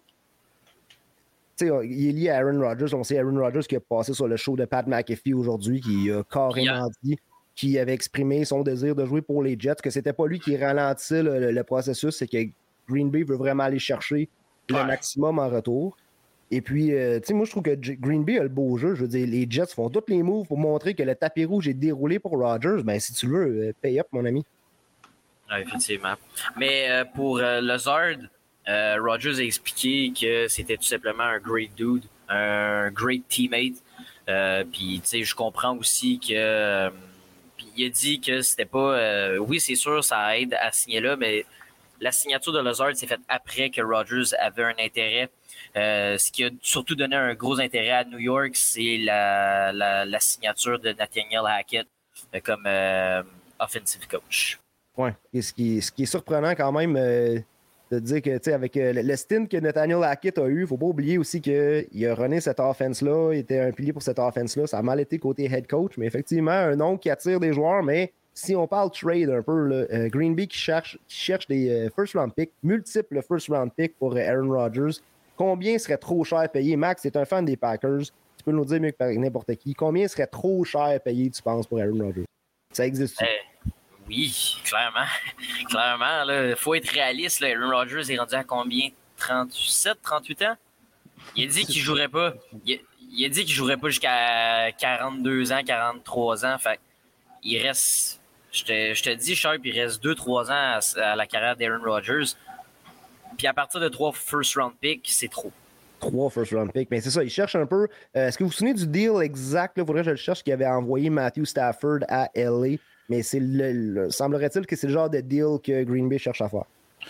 il est lié à Aaron Rodgers. On sait Aaron Rodgers qui a passé sur le show de Pat McAfee aujourd'hui, qui a carrément yeah. dit qu'il avait exprimé son désir de jouer pour les Jets, que c'était pas lui qui ralentissait le, le, le processus, c'est que Green Bay veut vraiment aller chercher le ouais. maximum en retour. Et puis, euh, tu sais, moi, je trouve que Green Bay a le beau jeu. Je veux dire, les Jets font tous les moves pour montrer que le tapis rouge est déroulé pour Rodgers. Ben, si tu veux, euh, pay up, mon ami. Oui, effectivement. Mais euh, pour euh, Lazard, euh, Rodgers a expliqué que c'était tout simplement un great dude, un great teammate. Euh, puis, tu sais, je comprends aussi que... Euh, il a dit que c'était pas... Euh, oui, c'est sûr, ça aide à signer là, mais la signature de Lazard s'est faite après que Rodgers avait un intérêt. Euh, ce qui a surtout donné un gros intérêt à New York, c'est la, la, la signature de Nathaniel Hackett euh, comme euh, offensive coach. Oui, et ce qui, ce qui est surprenant quand même euh, de dire que, tu sais, avec euh, le stint que Nathaniel Hackett a eu, il ne faut pas oublier aussi qu'il a runné cette offense-là, il était un pilier pour cette offense-là. Ça a mal été côté head coach, mais effectivement, un nom qui attire des joueurs, mais si on parle trade un peu, là, euh, Green Bay qui cherche, qui cherche des euh, first-round picks, multiples first-round picks pour euh, Aaron Rodgers. Combien serait trop cher payé? Max, c'est un fan des Packers. Tu peux nous dire mieux que n'importe qui. Combien serait trop cher payé, tu penses, pour Aaron Rodgers? Ça existe-tu? Euh, oui, clairement. clairement, il faut être réaliste. Là. Aaron Rodgers est rendu à combien? trente-sept, trente-huit ans? Il a dit qu'il jouerait pas. Il a, il a dit qu'il jouerait pas jusqu'à quarante-deux ans, quarante-trois ans. Fait il reste... Je te, je te dis, Sharp, il reste deux trois ans à, à la carrière d'Aaron Rodgers. Puis à partir de trois first round picks, c'est trop. Trois first round picks. Mais c'est ça, il cherche un peu. Euh, est-ce que vous vous souvenez du deal exact? Il faudrait que je le cherche qu'il avait envoyé Matthew Stafford à L A. Mais c'est le, le, semblerait-il que c'est le genre de deal que Green Bay cherche à faire.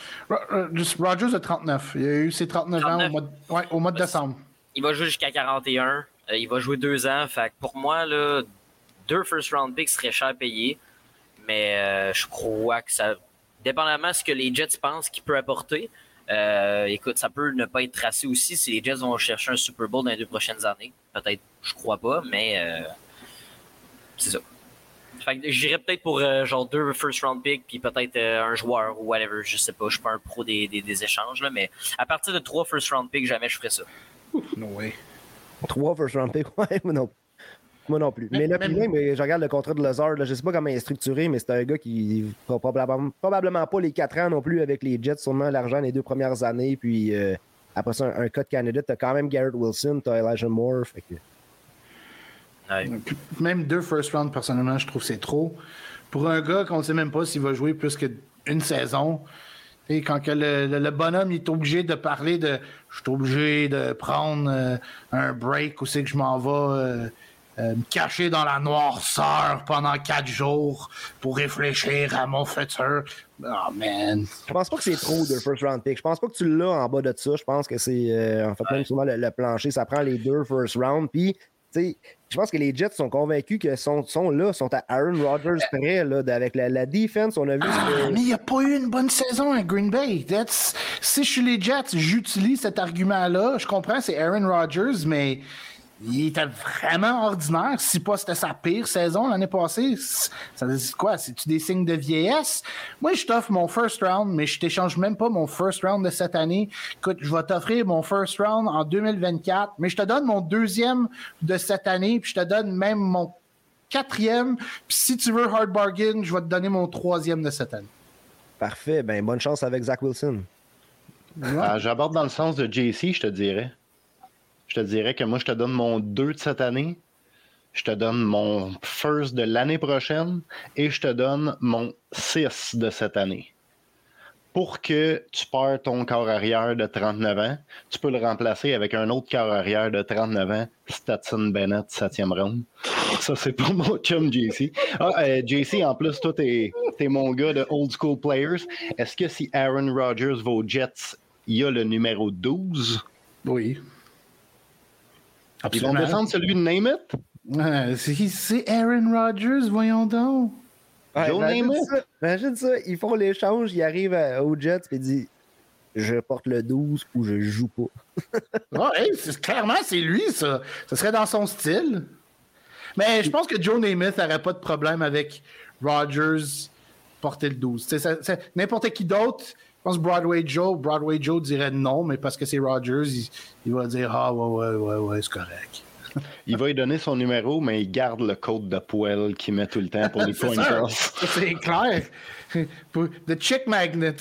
Rodgers a trente-neuf. Il a eu ses trente-neuf, trente-neuf ans au mois de, ouais, au mois de décembre. Il va jouer jusqu'à quarante et un. Euh, il va jouer deux ans. Fait que pour moi, là, deux first round picks seraient cher payés. Mais euh, je crois que ça. Dépendamment de ce que les Jets pensent qu'il peut apporter. Euh, écoute, ça peut ne pas être tracé aussi si les Jets vont chercher un Super Bowl dans les deux prochaines années. Peut-être, je crois pas, mais euh, c'est ça. Fait que j'irais peut-être pour euh, genre deux first round picks puis peut-être euh, un joueur ou whatever. Je sais pas, je suis pas un pro des, des, des échanges, là, mais à partir de trois first round picks, jamais je ferais ça. Ouf, no way. Trois first round picks, ouais, mais non. Moi non plus. Mais, mais là, puis même, je regarde le contrat de Lazard. Là, je ne sais pas comment il est structuré, mais c'est un gars qui ne probablement, probablement pas les quatre ans non plus avec les Jets. Sûrement l'argent les deux premières années. Puis euh, après ça, un, un cas de candidate. Tu as quand même Garrett Wilson, tu as Elijah Moore. Fait que... ouais. Même deux first round, personnellement, je trouve que c'est trop. Pour un gars qu'on ne sait même pas s'il va jouer plus qu'une saison. Et quand que le, le, le bonhomme il est obligé de parler de « je suis obligé de prendre euh, un break où c'est que je m'en vais euh, ». Euh, me cacher dans la noirceur pendant quatre jours pour réfléchir à mon futur. Oh man. Je pense pas que c'est trop de first round pick. Je pense pas que tu l'as en bas de ça. Je pense que c'est euh, en fait ouais. même souvent le, le plancher. Ça prend les deux first round. Puis, tu sais, je pense que les Jets sont convaincus que sont, sont là, sont à Aaron Rodgers près. Là, avec la, la defense, on a vu. Ah, que... Mais il n'y a pas eu une bonne saison à Green Bay. That's... Si je suis les Jets, j'utilise cet argument-là. Je comprends, c'est Aaron Rodgers, mais. Il était vraiment ordinaire. Si pas c'était sa pire saison l'année passée, ça dit quoi? C'est-tu des signes de vieillesse? Moi, je t'offre mon first round, mais je t'échange même pas mon first round de cette année. Écoute, je vais t'offrir mon first round en deux mille vingt-quatre, mais je te donne mon deuxième de cette année, puis je te donne même mon quatrième. Puis si tu veux hard bargain, je vais te donner mon troisième de cette année. Parfait. Ben, bonne chance avec Zach Wilson. Ah, j'aborde dans le sens de J C, je te dirais. Je te dirais que moi, je te donne mon deux de cette année, je te donne mon first de l'année prochaine et je te donne mon six de cette année. Pour que tu perds ton corps arrière de trente-neuf ans, tu peux le remplacer avec un autre corps arrière de trente-neuf ans, Stetson Bennett, septième round. Ça, c'est pour mon chum J C. Ah, euh, J C, en plus, toi, t'es, t'es mon gars de old school players. Est-ce que si Aaron Rodgers va aux Jets, il y a le numéro douze? Oui. Absolument. Ils vont descendre celui de Name It? Euh, c'est, c'est Aaron Rodgers, voyons donc. Ouais, Joe imagine, Namath. ça, imagine ça, ils font l'échange, ils arrivent à, aux Jets et ils disent je porte le douze ou je joue pas. Ouais, hey, c'est, clairement, c'est lui, ça. Ça serait dans son style. Mais je pense que Joe Namath n'aurait pas de problème avec Rodgers porter le douze. C'est, c'est, c'est, n'importe qui d'autre, je pense Broadway Joe, Broadway Joe dirait non, mais parce que c'est Rodgers, il, il va dire ah ouais, ouais, ouais, ouais, c'est correct. Il va lui donner son numéro, mais il garde le code de poêle qu'il met tout le temps pour les coin toss. C'est clair. The chick magnet.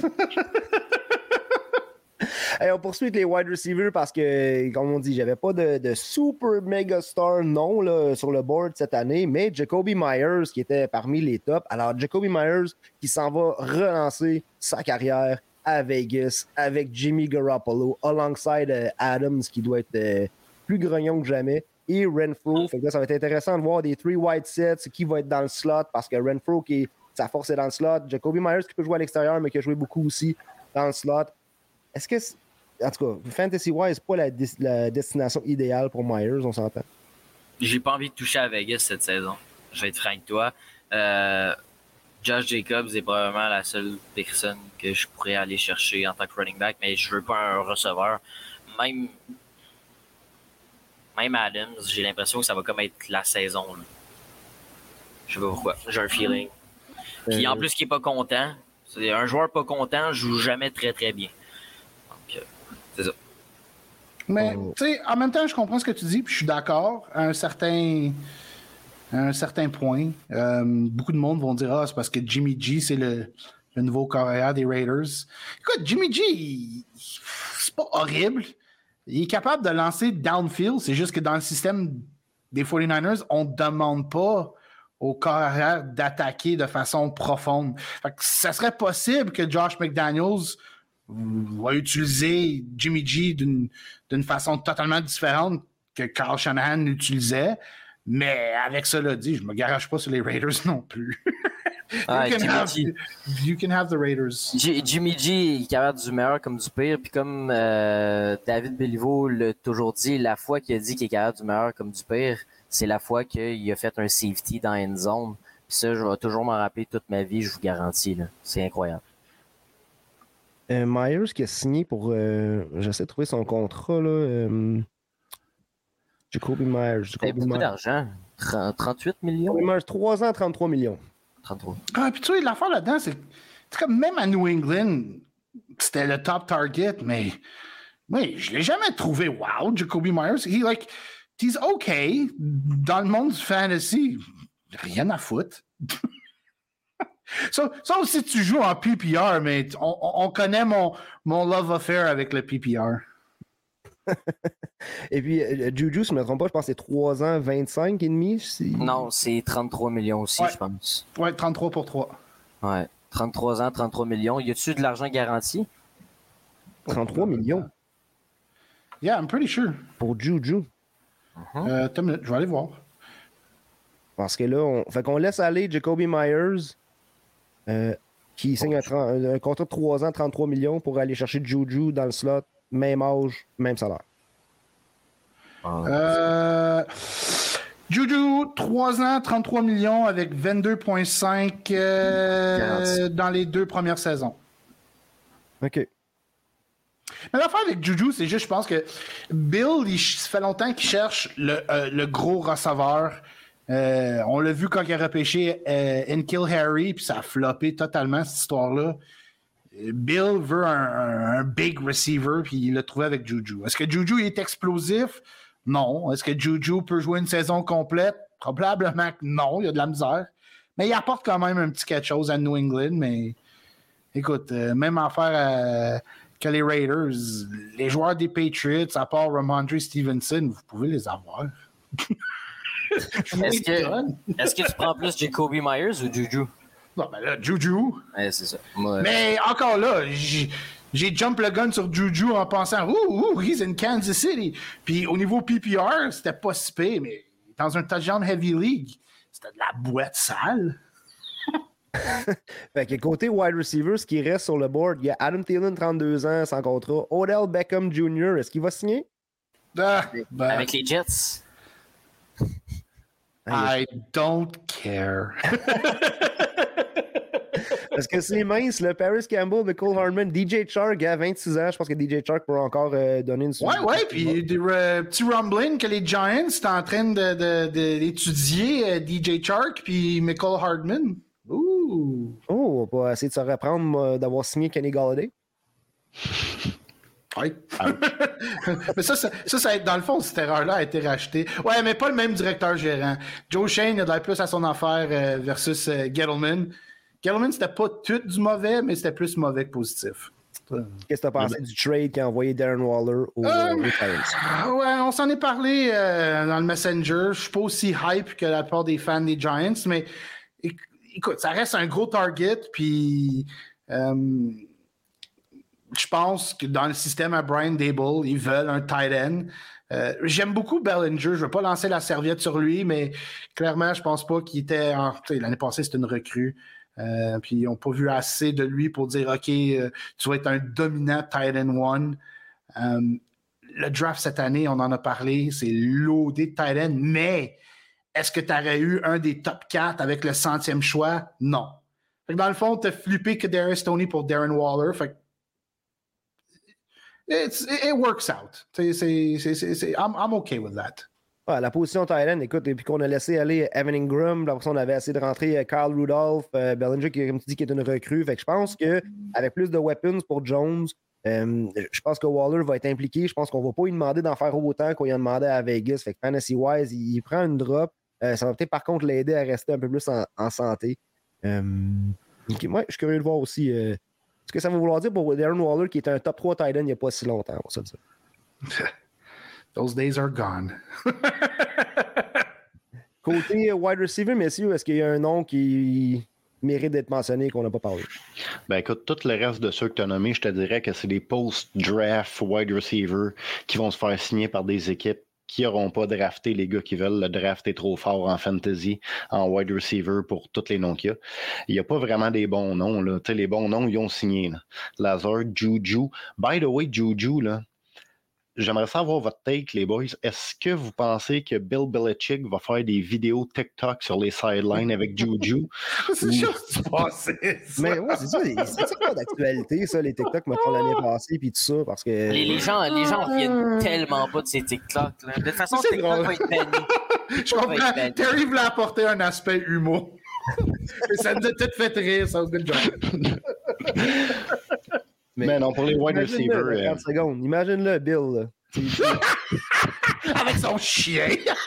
Hey, on poursuit avec les wide receivers parce que, comme on dit, j'avais pas de, de super méga star non là, sur le board cette année, mais Jacoby Myers qui était parmi les tops. Alors, Jacoby Myers qui s'en va relancer sa carrière à Vegas avec Jimmy Garoppolo alongside euh, Adams qui doit être euh, plus grognon que jamais et Renfro. Fait que là, ça va être intéressant de voir des three wide sets qui va être dans le slot parce que Renfro, qui est, sa force est dans le slot. Jacoby Myers qui peut jouer à l'extérieur mais qui a joué beaucoup aussi dans le slot. Est-ce que, c'est... en tout cas, fantasy-wise, c'est pas la, des... la destination idéale pour Myers, on s'entend? J'ai pas envie de toucher à Vegas cette saison. Je vais être franc avec toi. Euh, Josh Jacobs est probablement la seule personne que je pourrais aller chercher en tant que running back, mais je veux pas un receveur. Même, même Adams, j'ai l'impression que ça va comme être la saison. Là. Je sais pas pourquoi. J'ai un feeling. Puis en plus, qui est pas content. C'est un joueur pas content joue jamais très très bien. Donc, euh, c'est ça. Mais, Oh. tu sais, en même temps, je comprends ce que tu dis, puis je suis d'accord à un certain, à un certain point. Euh, beaucoup de monde vont dire, ah, c'est parce que Jimmy G, c'est le, le nouveau carrière des Raiders. Écoute, Jimmy G, il, c'est pas horrible. Il est capable de lancer downfield, c'est juste que dans le système des forty-niners, on ne demande pas au carrière d'attaquer de façon profonde. Fait que ça serait possible que Josh McDaniels va utiliser Jimmy G d'une, d'une façon totalement différente que Kyle Shanahan l'utilisait. Mais avec cela dit, je me garage pas sur les Raiders non plus. Ah, you, can Jimmy have, G. you can have the Raiders. G- Jimmy G est capable du meilleur comme du pire. Puis comme euh, David Béliveau l'a toujours dit, la fois qu'il a dit qu'il est capable du meilleur comme du pire, c'est la fois qu'il a fait un safety dans end zone. Puis ça, je vais toujours m'en rappeler toute ma vie, je vous garantis. Là. C'est incroyable. Euh, Myers qui a signé pour... Euh, j'essaie de trouver son contrat, là. Euh, Jacoby Myers. C'était Jacoby beaucoup Myers. d'argent. trente-huit millions? Jacoby Myers, trois ans, trente-trois millions. trente-trois. Ah, puis tu sais, l'affaire là-dedans, c'est, c'est comme même à New England, c'était le top target, mais oui, je l'ai jamais trouvé wow, Jacoby Myers. He, like, he's okay dans le monde du fantasy. Rien à foutre. Sauf so, so, si tu joues en P P R, mais on, on connaît mon, mon love affair avec le P P R. Et puis, euh, Juju, si je ne me trompe pas, je pense que c'est trois ans, vingt-cinq et demi. Si... Non, c'est trente-trois millions aussi, Ouais. je pense. Ouais, trente-trois pour trois. Ouais. trente-trois ans, trente-trois millions. Y a-tu de l'argent garanti? trente-trois millions Yeah, I'm pretty sure. pour Juju. Euh, attends une minute, je vais aller voir. Parce que là, on... Fait qu'on laisse aller Jacoby Myers, euh, qui signe un, trente un contrat de trois ans, trente-trois millions, pour aller chercher Juju dans le slot, même âge, même salaire. Euh, Juju, trois ans, trente-trois millions avec vingt-deux virgule cinq euh, Garanti. dans les deux premières saisons. OK. Mais l'affaire avec Juju, c'est juste, je pense que Bill, il, ça fait longtemps qu'il cherche le, euh, le gros receveur. Euh, on l'a vu quand il a repêché euh, N'Keal Harry, puis ça a floppé totalement, cette histoire-là. Bill veut un, un, un big receiver, puis il l'a trouvé avec Juju. Est-ce que Juju est explosif? Non. Est-ce que Juju peut jouer une saison complète? Probablement que non, il y a de la misère. Mais il apporte quand même un petit quelque chose à New England, mais écoute, euh, même affaire à que les Raiders. Les joueurs des Patriots, à part Ramondre Stevenson, vous pouvez les avoir. Est-ce que, est-ce que tu prends plus Jacoby Myers ou Juju? Non, ben là, Juju. Ouais, c'est ça. Moi, Mais encore là, j'ai, j'ai jump le gun sur Juju en pensant, ouh, ouh, he's in Kansas City. Puis au niveau P P R, c'était pas si pire, mais dans un touchdown heavy league, c'était de la boîte sale. Fait que côté wide receiver, ce qui reste sur le board, il y a Adam Thielen, trente-deux ans, sans contrat. Odell Beckham junior, est-ce qu'il va signer? Ah, ben, avec les Jets? I don't care. Parce que c'est mince, le Paris Campbell, Nicole Hardman, D J Chark à vingt-six ans. Je pense que D J Chark pourra encore euh, donner une Ouais, ouais, puis des euh, petits rumblings que les Giants sont en train de, de, de, d'étudier euh, D J Chark puis Nicole Hardman. Ouh! Oh, on va essayer de se reprendre euh, d'avoir signé Kenny Golladay. Oui. mais ça, ça, ça, ça, dans le fond, cette erreur-là a été rachetée. Ouais, mais pas le même directeur gérant. Joe Shane, il a de l'air plus à son affaire euh, versus euh, Gettleman. Gettleman, c'était pas tout du mauvais, mais c'était plus mauvais que positif. Qu'est-ce que tu as pensé du trade qui a envoyé Darren Waller aux euh, Giants? Ouais, on s'en est parlé euh, dans le Messenger. Je suis pas aussi hype que la plupart des fans des Giants, mais écoute, ça reste un gros target, puis... Euh, je pense que dans le système à Brian Daboll, ils veulent un tight end. Euh, j'aime beaucoup Bellinger. Je ne veux pas lancer la serviette sur lui, mais clairement, je pense pas qu'il était... En, l'année passée, c'était une recrue. Euh, puis ils n'ont pas vu assez de lui pour dire « OK, euh, tu vas être un dominant tight end one. Euh, » Le draft cette année, on en a parlé, c'est loadé de tight end, mais est-ce que tu aurais eu un des top quatre avec le centième choix? Non. Fait que dans le fond, tu as flippé Kadarius Toney pour Darren Waller. Fait que It's, it works out. C'est, c'est, c'est, c'est, I'm, I'm okay with that. Ah, la position Thailand, écoute, depuis qu'on a laissé aller Evan Ingram, après ça, on avait essayé de rentrer Kyle Rudolph, euh, Bellinger, qui, comme tu dis, qui est une recrue. Fait que je pense qu'avec plus de weapons pour Jones, euh, je pense que Waller va être impliqué. Je pense qu'on ne va pas lui demander d'en faire autant qu'on lui a demandé à Vegas. Fait que fantasy-wise, il, il prend une drop. Euh, ça va peut-être par contre l'aider à rester un peu plus en, en santé. Euh, okay, moi, je suis curieux de voir aussi euh, ce que ça va vouloir dire pour Darren Waller, qui était un top trois tight end il n'y a pas si longtemps. On va se dire. Those days are gone. Côté wide receiver, messieurs, est-ce qu'il y a un nom qui mérite d'être mentionné et qu'on n'a pas parlé? Ben écoute, tout le reste de ceux que tu as nommés, je te dirais que c'est des post-draft wide receivers qui vont se faire signer par des équipes qui n'auront pas drafté les gars qui veulent. Le draft est trop fort en fantasy, en wide receiver pour tous les noms qu'il y a. Il n'y a pas vraiment des bons noms. Là. Les bons noms, ils ont signé. Là. Lazard, Juju. By the way, Juju, là, j'aimerais savoir votre take, les boys. Est-ce que vous pensez que Bill Belichick va faire des vidéos TikTok sur les sidelines avec Juju? C'est ou... juste passé. Mais ouais, c'est ça. C'est ça pas d'actualité, ça, les TikTok, mettons, l'année passée, puis tout ça, parce que... Les, les gens les gens reviennent tellement pas de ces TikTok. Là. De toute façon, C'est TikTok drôle. va être banni. Je comprends. Terry voulait apporter un aspect humour. Et ça nous a tout fait rire, ça. Good job. Mais, mais non, pour les wide receivers... Euh... trente secondes. Imagine-le, Bill. Avec son chien.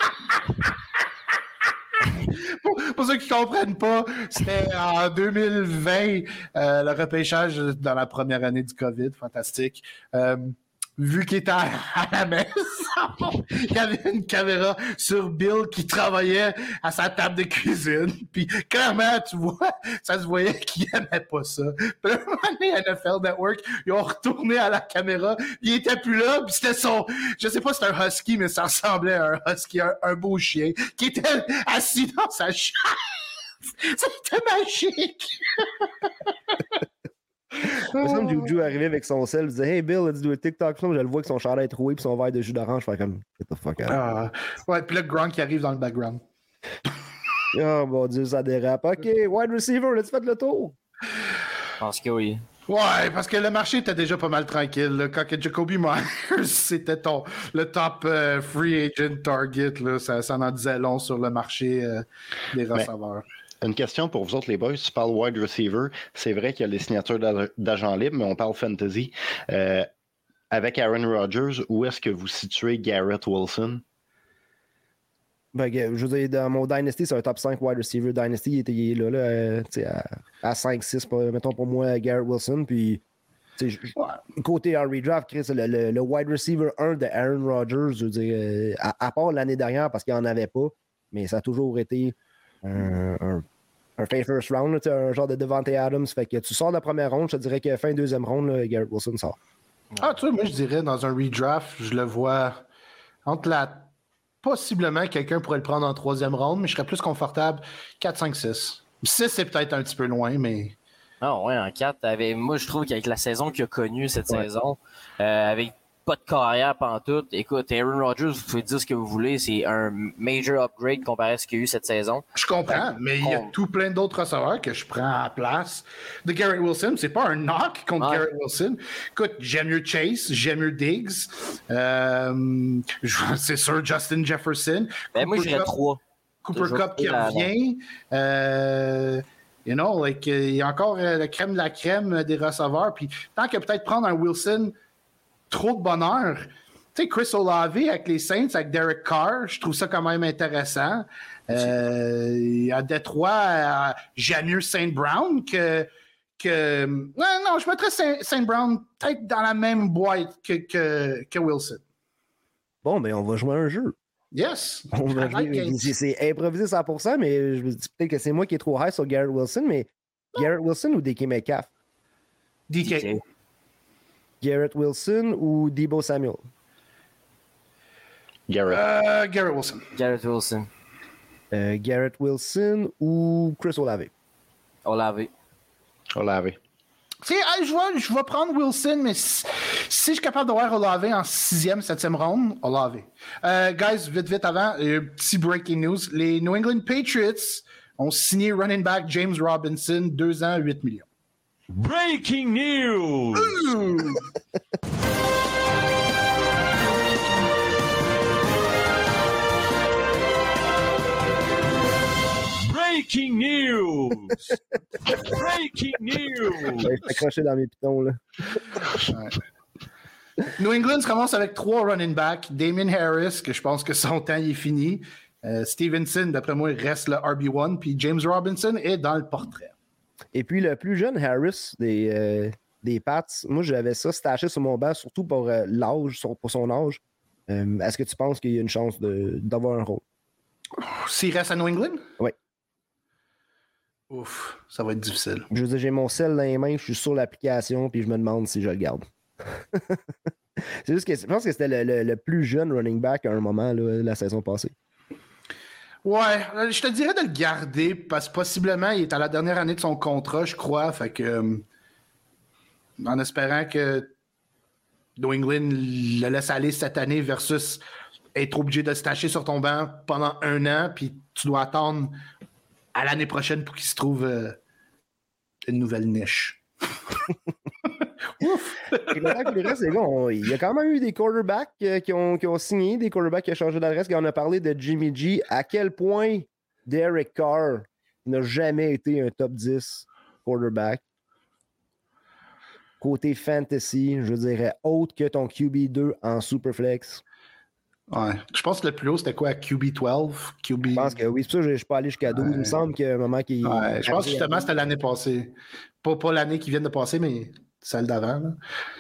pour, pour ceux qui ne comprennent pas, c'était en deux mille vingt, euh, le repêchage dans la première année du COVID. Fantastique. Euh, vu qu'il était à, à la maison, il y avait une caméra sur Bill qui travaillait à sa table de cuisine. Puis clairement, tu vois, ça se voyait qu'il aimait pas ça. Puis un moment donné, N F L Network, ils ont retourné à la caméra. Il était plus là, puis c'était son... Je sais pas si c'était un husky, mais ça ressemblait à un husky, un, un beau chien, qui était assis dans sa chaise. C'était magique! Il me semble que Juju arrivait avec son sel, il disait « Hey Bill, let's do a TikTok film ». Je le vois avec son chandail est troué et son verre de jus d'orange. Je fais comme « Get the fuck out ». Ah, ouais, puis là, Gronk qui arrive dans le background. Oh mon Dieu, ça dérape. OK, wide receiver, là, tu fais le tour? Je pense que oui. Ouais, parce que le marché était déjà pas mal tranquille. Là. Quand que Jacoby Myers, c'était ton, le top euh, free agent target, là, ça, ça en disait long sur le marché euh, des receveurs. Mais... Une question pour vous autres, les boys. Tu parles wide receiver. C'est vrai qu'il y a les signatures d'agents libres, mais on parle fantasy. Euh, avec Aaron Rodgers, où est-ce que vous situez Garrett Wilson? Ben, je veux dire, dans mon Dynasty, c'est un top cinq wide receiver. Dynasty, il était il est là, là euh, à, à cinq six, mettons pour moi, Garrett Wilson. Puis Je, ouais. Côté en redraft, Chris, le, le, le wide receiver un de Aaron Rodgers, je veux dire, à, à part l'année dernière parce qu'il n'y en avait pas, mais ça a toujours été un, un, un fin first round, là, un genre de Devante Adams. Fait que tu sors de la première ronde, je te dirais que fin deuxième ronde, là, Garrett Wilson sort. Ah, tu vois, moi je dirais dans un redraft, je le vois entre la. Possiblement, quelqu'un pourrait le prendre en troisième ronde, mais je serais plus confortable quatre, cinq, six. six, c'est peut-être un petit peu loin, mais. Ah ouais, en quatre, avec, moi je trouve qu'avec la saison qu'il a connue cette ouais. saison, euh, avec pas de carrière pantoute, écoute, Aaron Rodgers, vous pouvez dire ce que vous voulez, c'est un major upgrade comparé à ce qu'il y a eu cette saison. Je comprends, fait, mais il y a on... tout plein d'autres receveurs que je prends à la place de Garrett Wilson. C'est pas un knock contre ouais. Garrett Wilson. Écoute, j'aime mieux Chase, j'aime mieux Diggs. Euh, c'est sûr, Justin Jefferson. Ben moi, j'irais trois. Cooper Kupp qui revient. Euh, You know, like, il y a encore euh, la crème de la crème des receveurs. Puis tant que peut-être prendre un Wilson, trop de bonheur. Tu sais, Chris Olave avec les Saints, avec Derek Carr, je trouve ça quand même intéressant. Euh, à Détroit, euh, j'aime mieux Saint Brown que. que... Non, non, je mettrais Saint, Saint Brown peut-être dans la même boîte que, que, que Wilson. Bon, mais on va jouer un jeu. Yes! C'est, c'est improvisé cent pour cent, mais je me dis peut-être que c'est moi qui est trop high sur Garrett Wilson, mais non. Garrett Wilson ou D K Metcalf? D K. D K. Garrett Wilson ou Deebo Samuel? Garrett. Uh, Garrett Wilson. Garrett Wilson. Euh, Garrett Wilson ou Chris Olave? Olave. Olave. Tu sais, je vais, je vais prendre Wilson, mais si, si je suis capable d'avoir Olave en sixième, septième ronde, Olave. Euh, guys, vite, vite avant, euh, petit breaking news. Les New England Patriots ont signé running back James Robinson, deux ans, huit millions. Breaking news! Breaking news! Breaking news! Je vais accrocher dans mes pitons, là. Ouais. New England commence avec trois running backs. Damien Harris, que je pense que son temps il est fini. Euh, Stevenson, d'après moi, il reste le R B un. Puis James Robinson est dans le portrait. Et puis le plus jeune Harris des, euh, des Pats, moi j'avais ça staché sur mon banc, surtout pour euh, l'âge, pour son âge. Euh, est-ce que tu penses qu'il y a une chance de, d'avoir un rôle? S'il reste à New England? Oui. Ouf, ça va être difficile. Je veux dire, j'ai mon sel dans les mains, je suis sur l'application, puis je me demande si je le garde. C'est juste que je pense que c'était le, le, le plus jeune running back à un moment, là, la saison passée. Ouais, je te dirais de le garder, parce que possiblement, il est à la dernière année de son contrat, je crois, fait que... Euh, en espérant que New England le laisse aller cette année versus être obligé de se tâcher sur ton banc pendant un an, puis tu dois attendre à l'année prochaine pour qu'il se trouve euh, une nouvelle niche. Ouf! Et le temps que les restes, les gars, on, il y a quand même eu des quarterbacks euh, qui, ont, qui ont signé, des quarterbacks qui ont changé d'adresse. Quand on a parlé de Jimmy G, à quel point Derek Carr n'a jamais été un top dix quarterback. Côté fantasy, je dirais autre que ton Q B deux en Superflex. Ouais. Je pense que le plus haut, c'était quoi? Q B douze? Q B... Je pense que oui. C'est pour ça que je ne suis pas allé jusqu'à douze. Ouais. Il me semble qu'il y a un moment qui... Ouais, je pense que justement, c'était l'année passée. Pas, pas l'année qui vient de passer, mais celle d'avant. Là.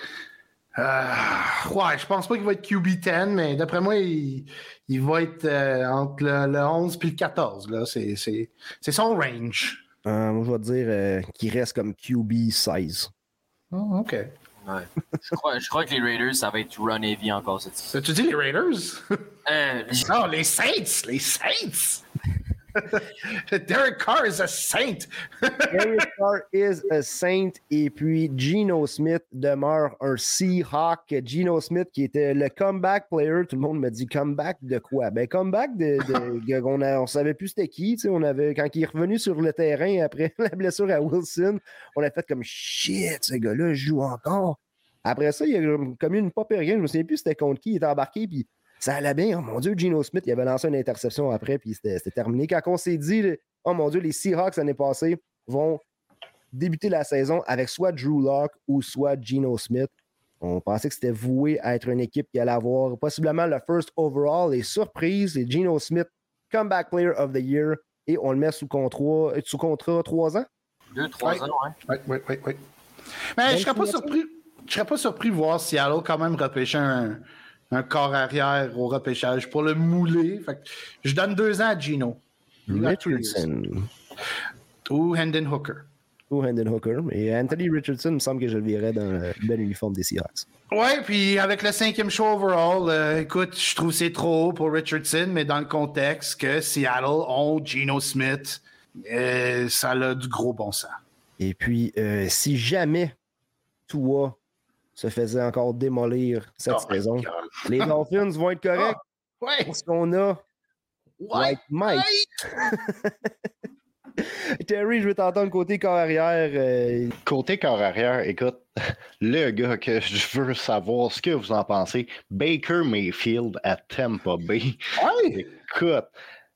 Euh, ouais, je pense pas qu'il va être Q B dix, mais d'après moi, il, il va être euh, entre le, le onze et le quatorze. Là. C'est, c'est, c'est son range. Euh, moi, je vais te dire euh, qu'il reste comme Q B seize. Oh, OK. Ouais. Je crois, je crois que les Raiders, ça va être run heavy encore cette saison. Tu dis les Raiders? Euh, non, les Saints! Les Saints! Derek Carr is a saint! Derek Carr is a saint. Et puis, Geno Smith demeure un Seahawk. Geno Smith, qui était le comeback player. Tout le monde me dit comeback de quoi? Ben, comeback de. de on, a, on savait plus c'était qui. On avait, quand il est revenu sur le terrain après la blessure à Wilson, on a fait comme shit, ce gars-là joue encore. Après ça, il a commis une pas pérenne. Je me souviens plus c'était contre qui il était embarqué. Puis ça allait bien. Oh mon Dieu, Geno Smith, il avait lancé une interception après, puis c'était, c'était terminé. Quand on s'est dit, oh mon Dieu, les Seahawks l'année passée vont débuter la saison avec soit Drew Lock ou soit Geno Smith, on pensait que c'était voué à être une équipe qui allait avoir possiblement le first overall. Et surprise, c'est Geno Smith, comeback player of the year, et on le met sous contrat, sous contrat trois ans? Deux, trois ouais. ans, ouais. Oui, oui, oui. oui. Mais je serais pas surpris. je serais pas surpris de voir Seattle quand même repêcher un, un corps arrière au repêchage pour le mouler. Fait que je donne deux ans à Gino. Richardson. Ou Hendon Hooker. Ou Hendon Hooker. Et Anthony Richardson, il me semble que je le verrais dans le bel uniforme des Seahawks. Ouais, puis avec le cinquième choix overall, euh, écoute, je trouve que c'est trop haut pour Richardson, mais dans le contexte que Seattle ont Geno Smith, euh, ça a du gros bon sens. Et puis, euh, si jamais Tua se faisait encore démolir cette oh saison, les Dolphins vont être corrects. Oh, ouais. Parce qu'on a White Mike. Terry, je veux t'entendre côté corps arrière. Euh... Côté corps arrière, écoute, le gars que je veux savoir ce que vous en pensez, Baker Mayfield à Tampa Bay. Ouais. Écoute,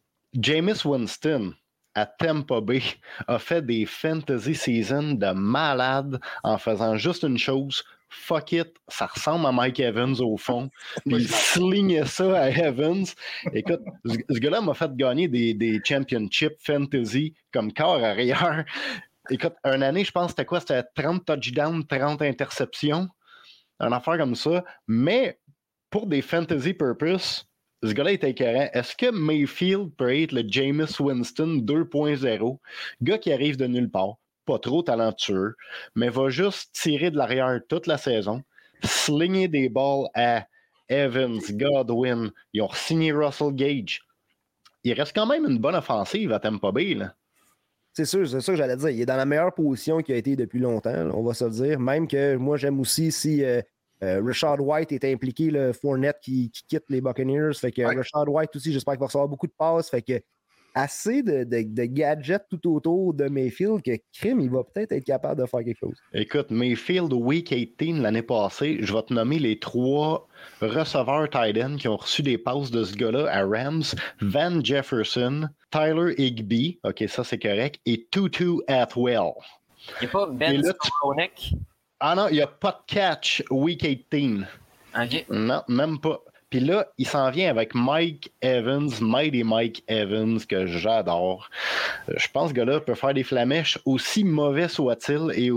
Jameis Winston à Tampa Bay a fait des fantasy seasons de malade en faisant juste une chose. Fuck it, ça ressemble à Mike Evans au fond. Puis il slignait ça à Evans. Écoute, ce, ce gars-là m'a fait gagner des, des championships fantasy comme corps arrière. Écoute, une année, je pense que c'était quoi? C'était trente touchdowns, trente interceptions. Une affaire comme ça. Mais pour des fantasy purposes, ce gars-là était écœurant. Est-ce que Mayfield peut être le Jameis Winston deux point zéro? Gars qui arrive de nulle part. Pas trop talentueux, mais va juste tirer de l'arrière toute la saison, slinger des balles à Evans, Godwin. Ils ont signé Russell Gage. Il reste quand même une bonne offensive à Tampa Bay, là. C'est sûr, c'est ça que j'allais dire. Il est dans la meilleure position qu'il a été depuis longtemps, là, on va se le dire. Même que moi, j'aime aussi si euh, euh, Rashad White est impliqué, le Fournette qui, qui quitte les Buccaneers. Fait que ouais. Rashad White aussi, j'espère qu'il va recevoir beaucoup de passes. Fait que assez de, de, de gadgets tout autour de Mayfield que crime, il va peut-être être capable de faire quelque chose. Écoute, Mayfield Week dix-huit l'année passée, je vais te nommer les trois receveurs tight end qui ont reçu des passes de ce gars-là à Rams: Van Jefferson, Tyler Higbee, ok, ça c'est correct, et Tutu Atwell. Il n'y a pas Ben Skowronek? Ah non, il n'y a pas de catch Week dix-huit. Ok. Non, même pas. Puis là, il s'en vient avec Mike Evans, Mighty Mike Evans, que j'adore. Je pense que ce gars-là peut faire des flamèches, aussi mauvais soit-il, et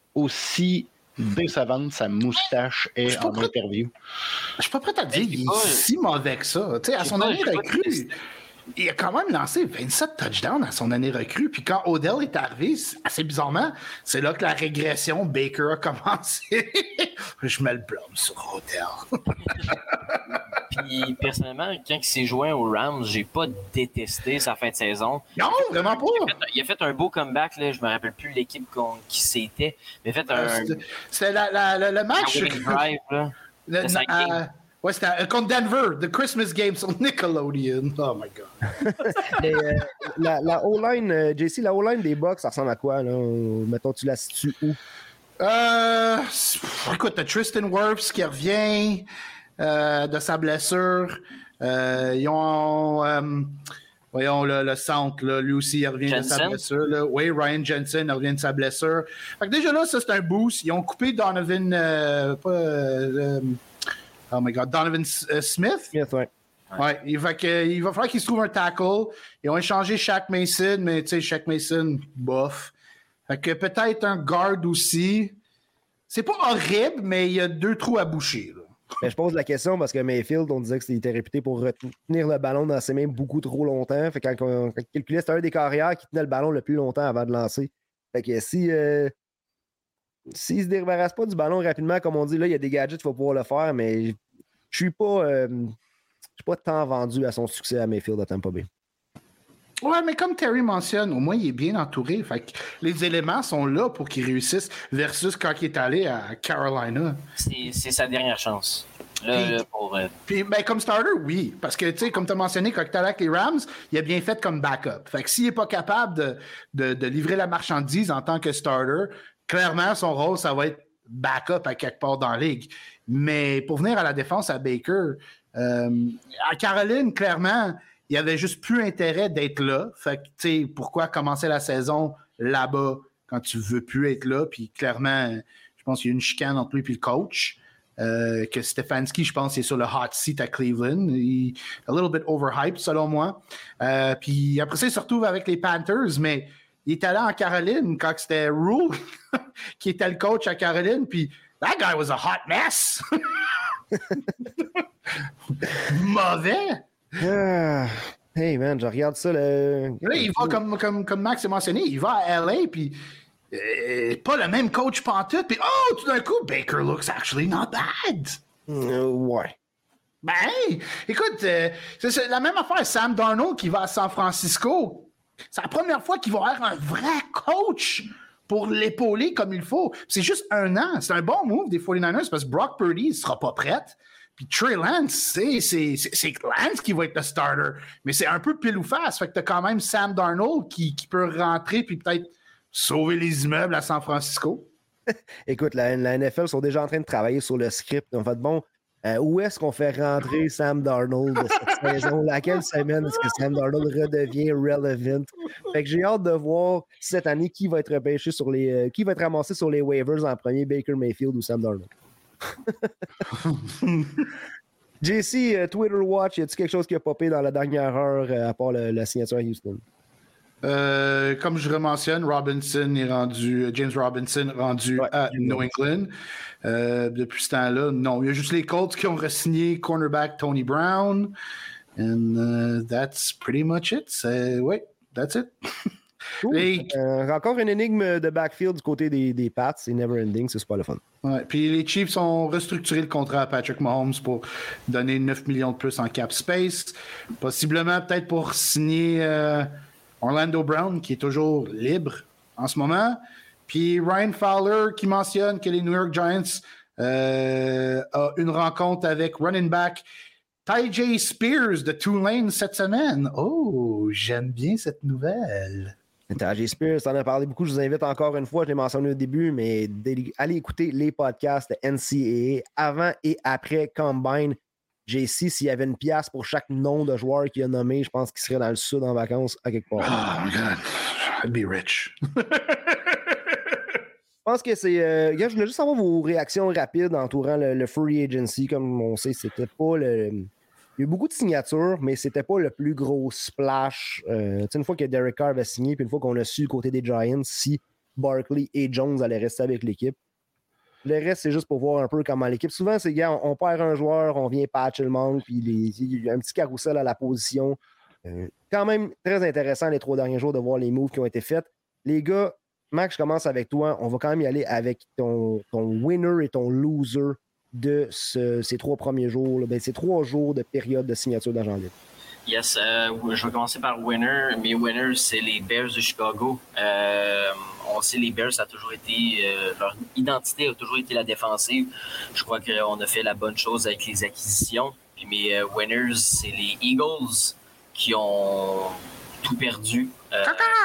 aussi décevante sa moustache est en prêt... interview. Je suis pas prêt à dire qu'il est pas... si mauvais que ça. Tu sais, à son année recrue, il a quand même lancé vingt-sept touchdowns à son année recrue. Puis quand Odell est arrivé, assez bizarrement, c'est là que la régression Baker a commencé. Je mets le blâme sur Odell. Puis personnellement, quand il s'est joint aux Rams, j'ai pas détesté sa fin de saison. Non, vraiment pas. Il a fait, il a fait un beau comeback, là. Je me rappelle plus l'équipe contre qui c'était. Il a fait un. C'était, c'était la, la, la, le match. Un drive, là. Le, euh, ouais, c'était euh, contre Denver, the Christmas game sur Nickelodeon. Oh my God. Et, euh, la, la O-line, euh, J C, la O-line des Bucks, ça ressemble à quoi, là? Mettons, tu la situes où? Euh, écoute, t'as Tristan Wirfs qui revient euh, de sa blessure. Euh, ils ont, euh, voyons, le, le centre, là, lui aussi, il revient Jensen. de sa blessure. Là. Oui, Ryan Jensen revient de sa blessure. Fait que déjà là, ça, c'est un boost. Ils ont coupé Donovan, euh, pas, euh, oh my God, Donovan uh, Smith. Smith, ouais. Ouais, il va, que, il va falloir qu'il se trouve un tackle. Ils ont échangé Shaq Mason, mais tu sais, Shaq Mason, bof. Fait que peut-être un guard aussi. C'est pas horrible, mais il y a deux trous à boucher. Là. Ben, je pose la question parce que Mayfield, on disait qu'il était réputé pour retenir le ballon dans ses mains beaucoup trop longtemps. Fait que quand on calculait, c'était un des carrières qui tenait le ballon le plus longtemps avant de lancer. Fait que si euh, s'il se débarrasse pas du ballon rapidement, comme on dit, là, il y a des gadgets, il faut pouvoir le faire, mais je suis pas euh, je suis pas tant vendu à son succès à Mayfield à Tampa Bay. Ouais, mais comme Terry mentionne, au moins, il est bien entouré. Fait que les éléments sont là pour qu'il réussisse versus quand il est allé à Carolina. C'est, c'est sa dernière chance. Là, puis, là, pour, euh... puis, ben, comme starter, oui. Parce que, tu sais, comme tu as mentionné, quand tu allé avec les Rams, il a bien fait comme backup. Fait que s'il n'est pas capable de, de, de livrer la marchandise en tant que starter, clairement, son rôle, ça va être backup à quelque part dans la ligue. Mais pour venir à la défense à Baker, euh, à Caroline, clairement, il n'y avait juste plus intérêt d'être là. Fait que, tu sais, pourquoi commencer la saison là-bas quand tu veux plus être là? Puis clairement, je pense qu'il y a une chicane entre lui et le coach. Euh, que Stefanski, je pense, est sur le hot seat à Cleveland. Il est a little bit overhyped, selon moi. Euh, puis après ça, il se retrouve avec les Panthers, mais il est allé en Caroline quand c'était Rule qui était le coach à Caroline. Puis That guy was a hot mess. Mauvais. Ah, hey man, je regarde ça. Le... Là, il va, comme, comme, comme Max a mentionné, il va à L A, puis euh, pas le même coach pantoute, puis oh, tout d'un coup, Baker looks actually not bad. Euh, ouais. Ben, hey, écoute, euh, c'est, c'est la même affaire. Sam Darnold qui va à San Francisco. C'est la première fois qu'il va avoir un vrai coach pour l'épauler comme il faut. C'est juste un an. C'est un bon move des forty-niners parce que Brock Purdy ne sera pas prêt. Puis Trey Lance, c'est, c'est, c'est, c'est Lance qui va être le starter. Mais c'est un peu pile ou face. Fait que t'as quand même Sam Darnold qui, qui peut rentrer puis peut-être sauver les immeubles à San Francisco. Écoute, la, la N F L sont déjà en train de travailler sur le script. En fait, bon, euh, où est-ce qu'on fait rentrer Sam Darnold de cette saison? Laquelle semaine est-ce que Sam Darnold redevient relevant? Fait que j'ai hâte de voir cette année qui va être repêché sur les. Euh, qui va être ramassé sur les waivers en premier, Baker Mayfield ou Sam Darnold. J C, euh, Twitter Watch, y a-t-il quelque chose qui a popé dans la dernière heure euh, à part le, la signature à Houston? Euh, comme je le mentionne, Robinson est rendu, James Robinson rendu ouais, à New England. Euh, depuis ce temps-là, non. Il y a juste les Colts qui ont re-signé cornerback Tony Brown. And uh, that's pretty much it. C'est, ouais, that's it. Cool. Et... Euh, encore une énigme de backfield du côté des, des Pats. C'est never ending, c'est super le fun. Ouais, puis les Chiefs ont restructuré le contrat à Patrick Mahomes pour donner neuf millions de plus en cap space. Possiblement peut-être pour signer euh, Orlando Brown, qui est toujours libre en ce moment. Puis Ryan Fowler qui mentionne que les New York Giants euh, ont une rencontre avec running back Ty J. Spears de Tulane cette semaine. Oh, j'aime bien cette nouvelle. Ty J. Spears, t'en as parlé beaucoup. Je vous invite encore une fois, je l'ai mentionné au début, mais allez écouter les podcasts de N C A A avant et après Combine. J C, s'il y avait une pièce pour chaque nom de joueur qu'il a nommé, je pense qu'il serait dans le sud en vacances à quelque part. Oh my God, I'd be rich. Je pense que c'est... Euh, je voulais juste avoir vos réactions rapides entourant le, le Free Agency. Comme on sait, c'était pas le... Il y a eu beaucoup de signatures, mais c'était pas le plus gros splash. Euh, une fois que Derek Carr avait signé, puis une fois qu'on a su du côté des Giants si Barkley et Jones allaient rester avec l'équipe. Le reste, c'est juste pour voir un peu comment l'équipe... Souvent, c'est, gars, on, on perd un joueur, on vient patcher le manque, puis les, il y a un petit carrousel à la position. Euh, quand même très intéressant les trois derniers jours de voir les moves qui ont été faits. Les gars, Max, je commence avec toi. On va quand même y aller avec ton, ton winner et ton loser de ce, ces trois premiers jours, là, ben, ces trois jours de période de signature d'agent libre. Yes, euh, je vais commencer par winner. Mes winners, c'est les Bears de Chicago. Euh, on sait les Bears, ça a toujours été euh, leur identité a toujours été la défensive. Je crois qu'on a fait la bonne chose avec les acquisitions. Puis mes euh, winners, c'est les Eagles qui ont tout perdu. Euh,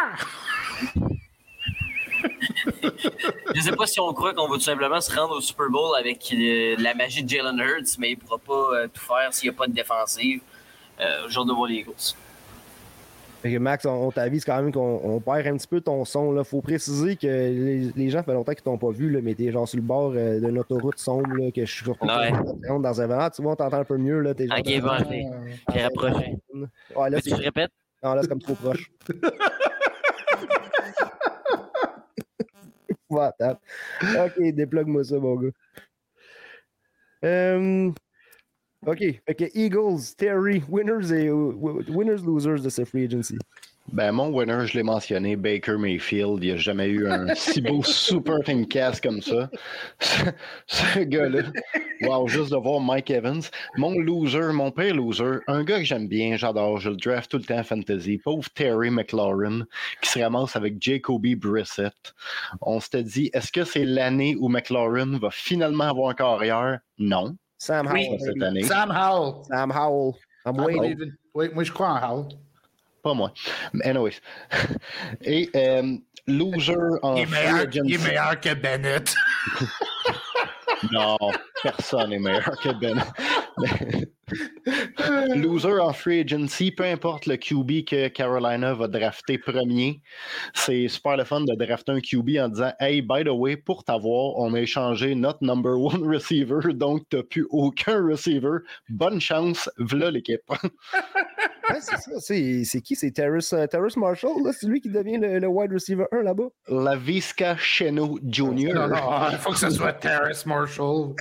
Je sais pas si on croit qu'on va tout simplement se rendre au Super Bowl avec euh, la magie de Jalen Hurts, mais il pourra pas euh, tout faire s'il n'y a pas de défensive. Euh, j'ai hâte de voir les Eagles. Okay, Max, on, on t'avise quand même qu'on on perd un petit peu ton son. Il faut préciser que les, les gens, ça fait longtemps qu'ils t'ont pas vu, là, mais t'es genre sur le bord euh, d'une autoroute sombre, là, que je suis ouais. dans un vent. Tu vois, on t'entend un peu mieux. Là, t'es genre, ok, bon, j'ai j'ai rapproché. Ouais, là, tu répètes? Non, là, c'est comme trop proche. Ouais, ok, déplugue-moi ça, mon gars. Um, ok, fait que Eagles, Terry, winners et uh, winners, losers de ce free agency. Ben, mon winner, je l'ai mentionné, Baker Mayfield. Il n'y a jamais eu un si beau super cast comme ça. Ce, ce gars-là. Wow, juste de voir Mike Evans. Mon loser, mon pire loser, un gars que j'aime bien, j'adore, je le draft tout le temps à Fantasy. Pauvre Terry McLaurin, qui se ramasse avec Jacoby Brissett. On s'était dit, est-ce que c'est l'année où McLaurin va finalement avoir un carrière? Non. Sam oui. Howell. Cette année. Sam Howell. Sam Howell. I'm waiting. Oui, moi, je crois en Howell. Pas moi. Anyways. Et euh, loser en il est, free meilleur, agency. il est meilleur que Bennett. Non, personne n'est meilleur que Bennett. Loser en free agency, peu importe le Q B que Carolina va drafter premier, c'est super le fun de drafter un Q B en disant « Hey, by the way, pour t'avoir, on a échangé notre number one receiver, donc t'as plus aucun receiver. Bonne chance, v'là l'équipe. » Ouais, c'est ça. C'est, c'est qui? C'est Terrace, uh, Terrace Marshall, là? C'est lui qui devient le, le wide receiver un là-bas? Laviska Shenault junior Non, non, il faut que ce soit Terrace Marshall.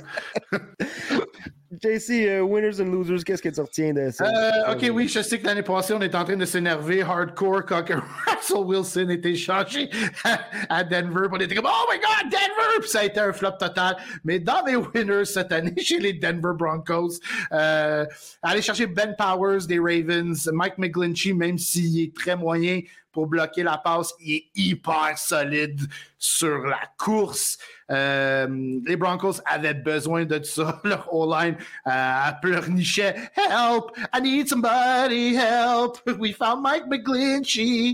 J C, uh, winners and losers, qu'est-ce que tu retiens de ça? Euh, ok, oui, je sais que l'année passée, on est en train de s'énerver hardcore quand que Russell Wilson était changé à Denver. On était comme, oh my God, Denver! Puis ça a été un flop total. Mais dans les winners cette année, chez les Denver Broncos, euh, aller chercher Ben Powers des Ravens, Mike McGlinchey, même s'il est très moyen pour bloquer la passe, il est hyper solide sur la course. Euh, les Broncos avaient besoin de ça. Leur O-line euh, pleurnichait. Help! I need somebody help! We found Mike McGlinchey!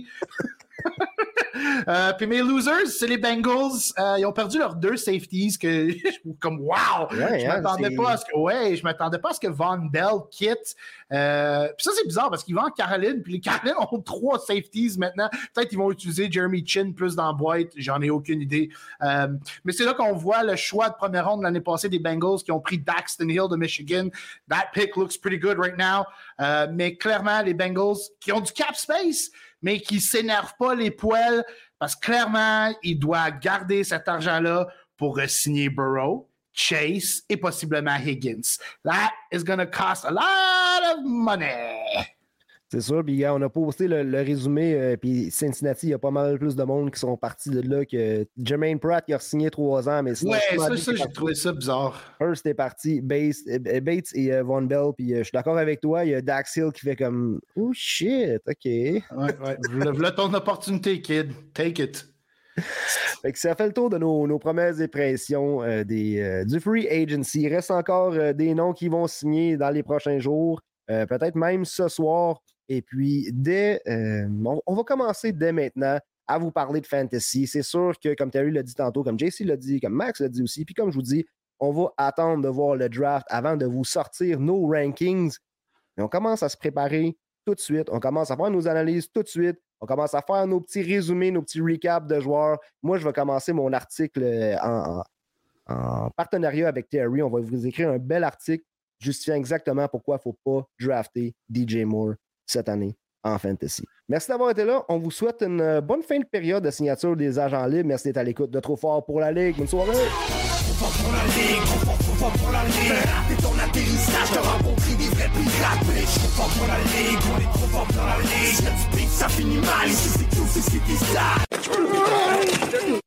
euh, puis mes losers, c'est les Bengals. Euh, ils ont perdu leurs deux safeties que comme wow! Ouais, je hein, m'attendais c'est... pas à ce que ouais, je m'attendais pas à ce que Von Bell quitte. Euh, puis ça c'est bizarre parce qu'ils vont en Caroline, puis les Carolines ont trois safeties maintenant. Peut-être qu'ils vont utiliser Jeremy Chin plus dans la boîte, j'en ai aucune idée. Euh, mais c'est là qu'on voit le choix de première ronde l'année passée des Bengals qui ont pris Daxton Hill de Michigan. That pick looks pretty good right now. Euh, mais clairement les Bengals qui ont du cap space, mais qui s'énervent pas les poils parce que clairement, il doit garder cet argent-là pour signer Burrow, Chase et possiblement Higgins. That is going to cost a lot of money. C'est sûr, puis on a posté le, le résumé, euh, puis Cincinnati, il y a pas mal plus de monde qui sont partis de là que Jermaine Pratt qui a signé trois ans, mais sinon, ouais, ça, ça j'ai trouvé ça bizarre. Hurst est parti, Bates, euh, Bates et euh, Von Bell, puis euh, je suis d'accord avec toi, il y a Dax Hill qui fait comme « Oh shit, OK. » Ouais, ouais. Voilà ton opportunité, kid. Take it. Fait que ça fait le tour de nos, nos premières impressions euh, des, euh, du Free Agency. Il reste encore euh, des noms qui vont signer dans les prochains jours, euh, peut-être même ce soir. Et puis, dès, euh, on, on va commencer dès maintenant à vous parler de fantasy. C'est sûr que, comme Terry l'a dit tantôt, comme J C l'a dit, comme Max l'a dit aussi, puis comme je vous dis, on va attendre de voir le draft avant de vous sortir nos rankings. Et on commence à se préparer tout de suite. On commence à faire nos analyses tout de suite. On commence à faire nos petits résumés, nos petits recaps de joueurs. Moi, je vais commencer mon article en, en, en partenariat avec Terry. On va vous écrire un bel article justifiant exactement pourquoi il ne faut pas drafter D J Moore cette année en fantasy. Merci d'avoir été là. On vous souhaite une bonne fin de période de signature des agents libres. Merci d'être à l'écoute de Trop Fort pour la Ligue. Bonne soirée! Trop fort pour la ligue, trop fort, trop fort pour la ligue. Rater ton atterrissage, de rencontrer des vrais pirates. Mais je suis trop fort pour la ligue, on est trop fort pour la ligue. Y'a du beat, ça finit mal, ici c'est tout, c'est ce qui est ça.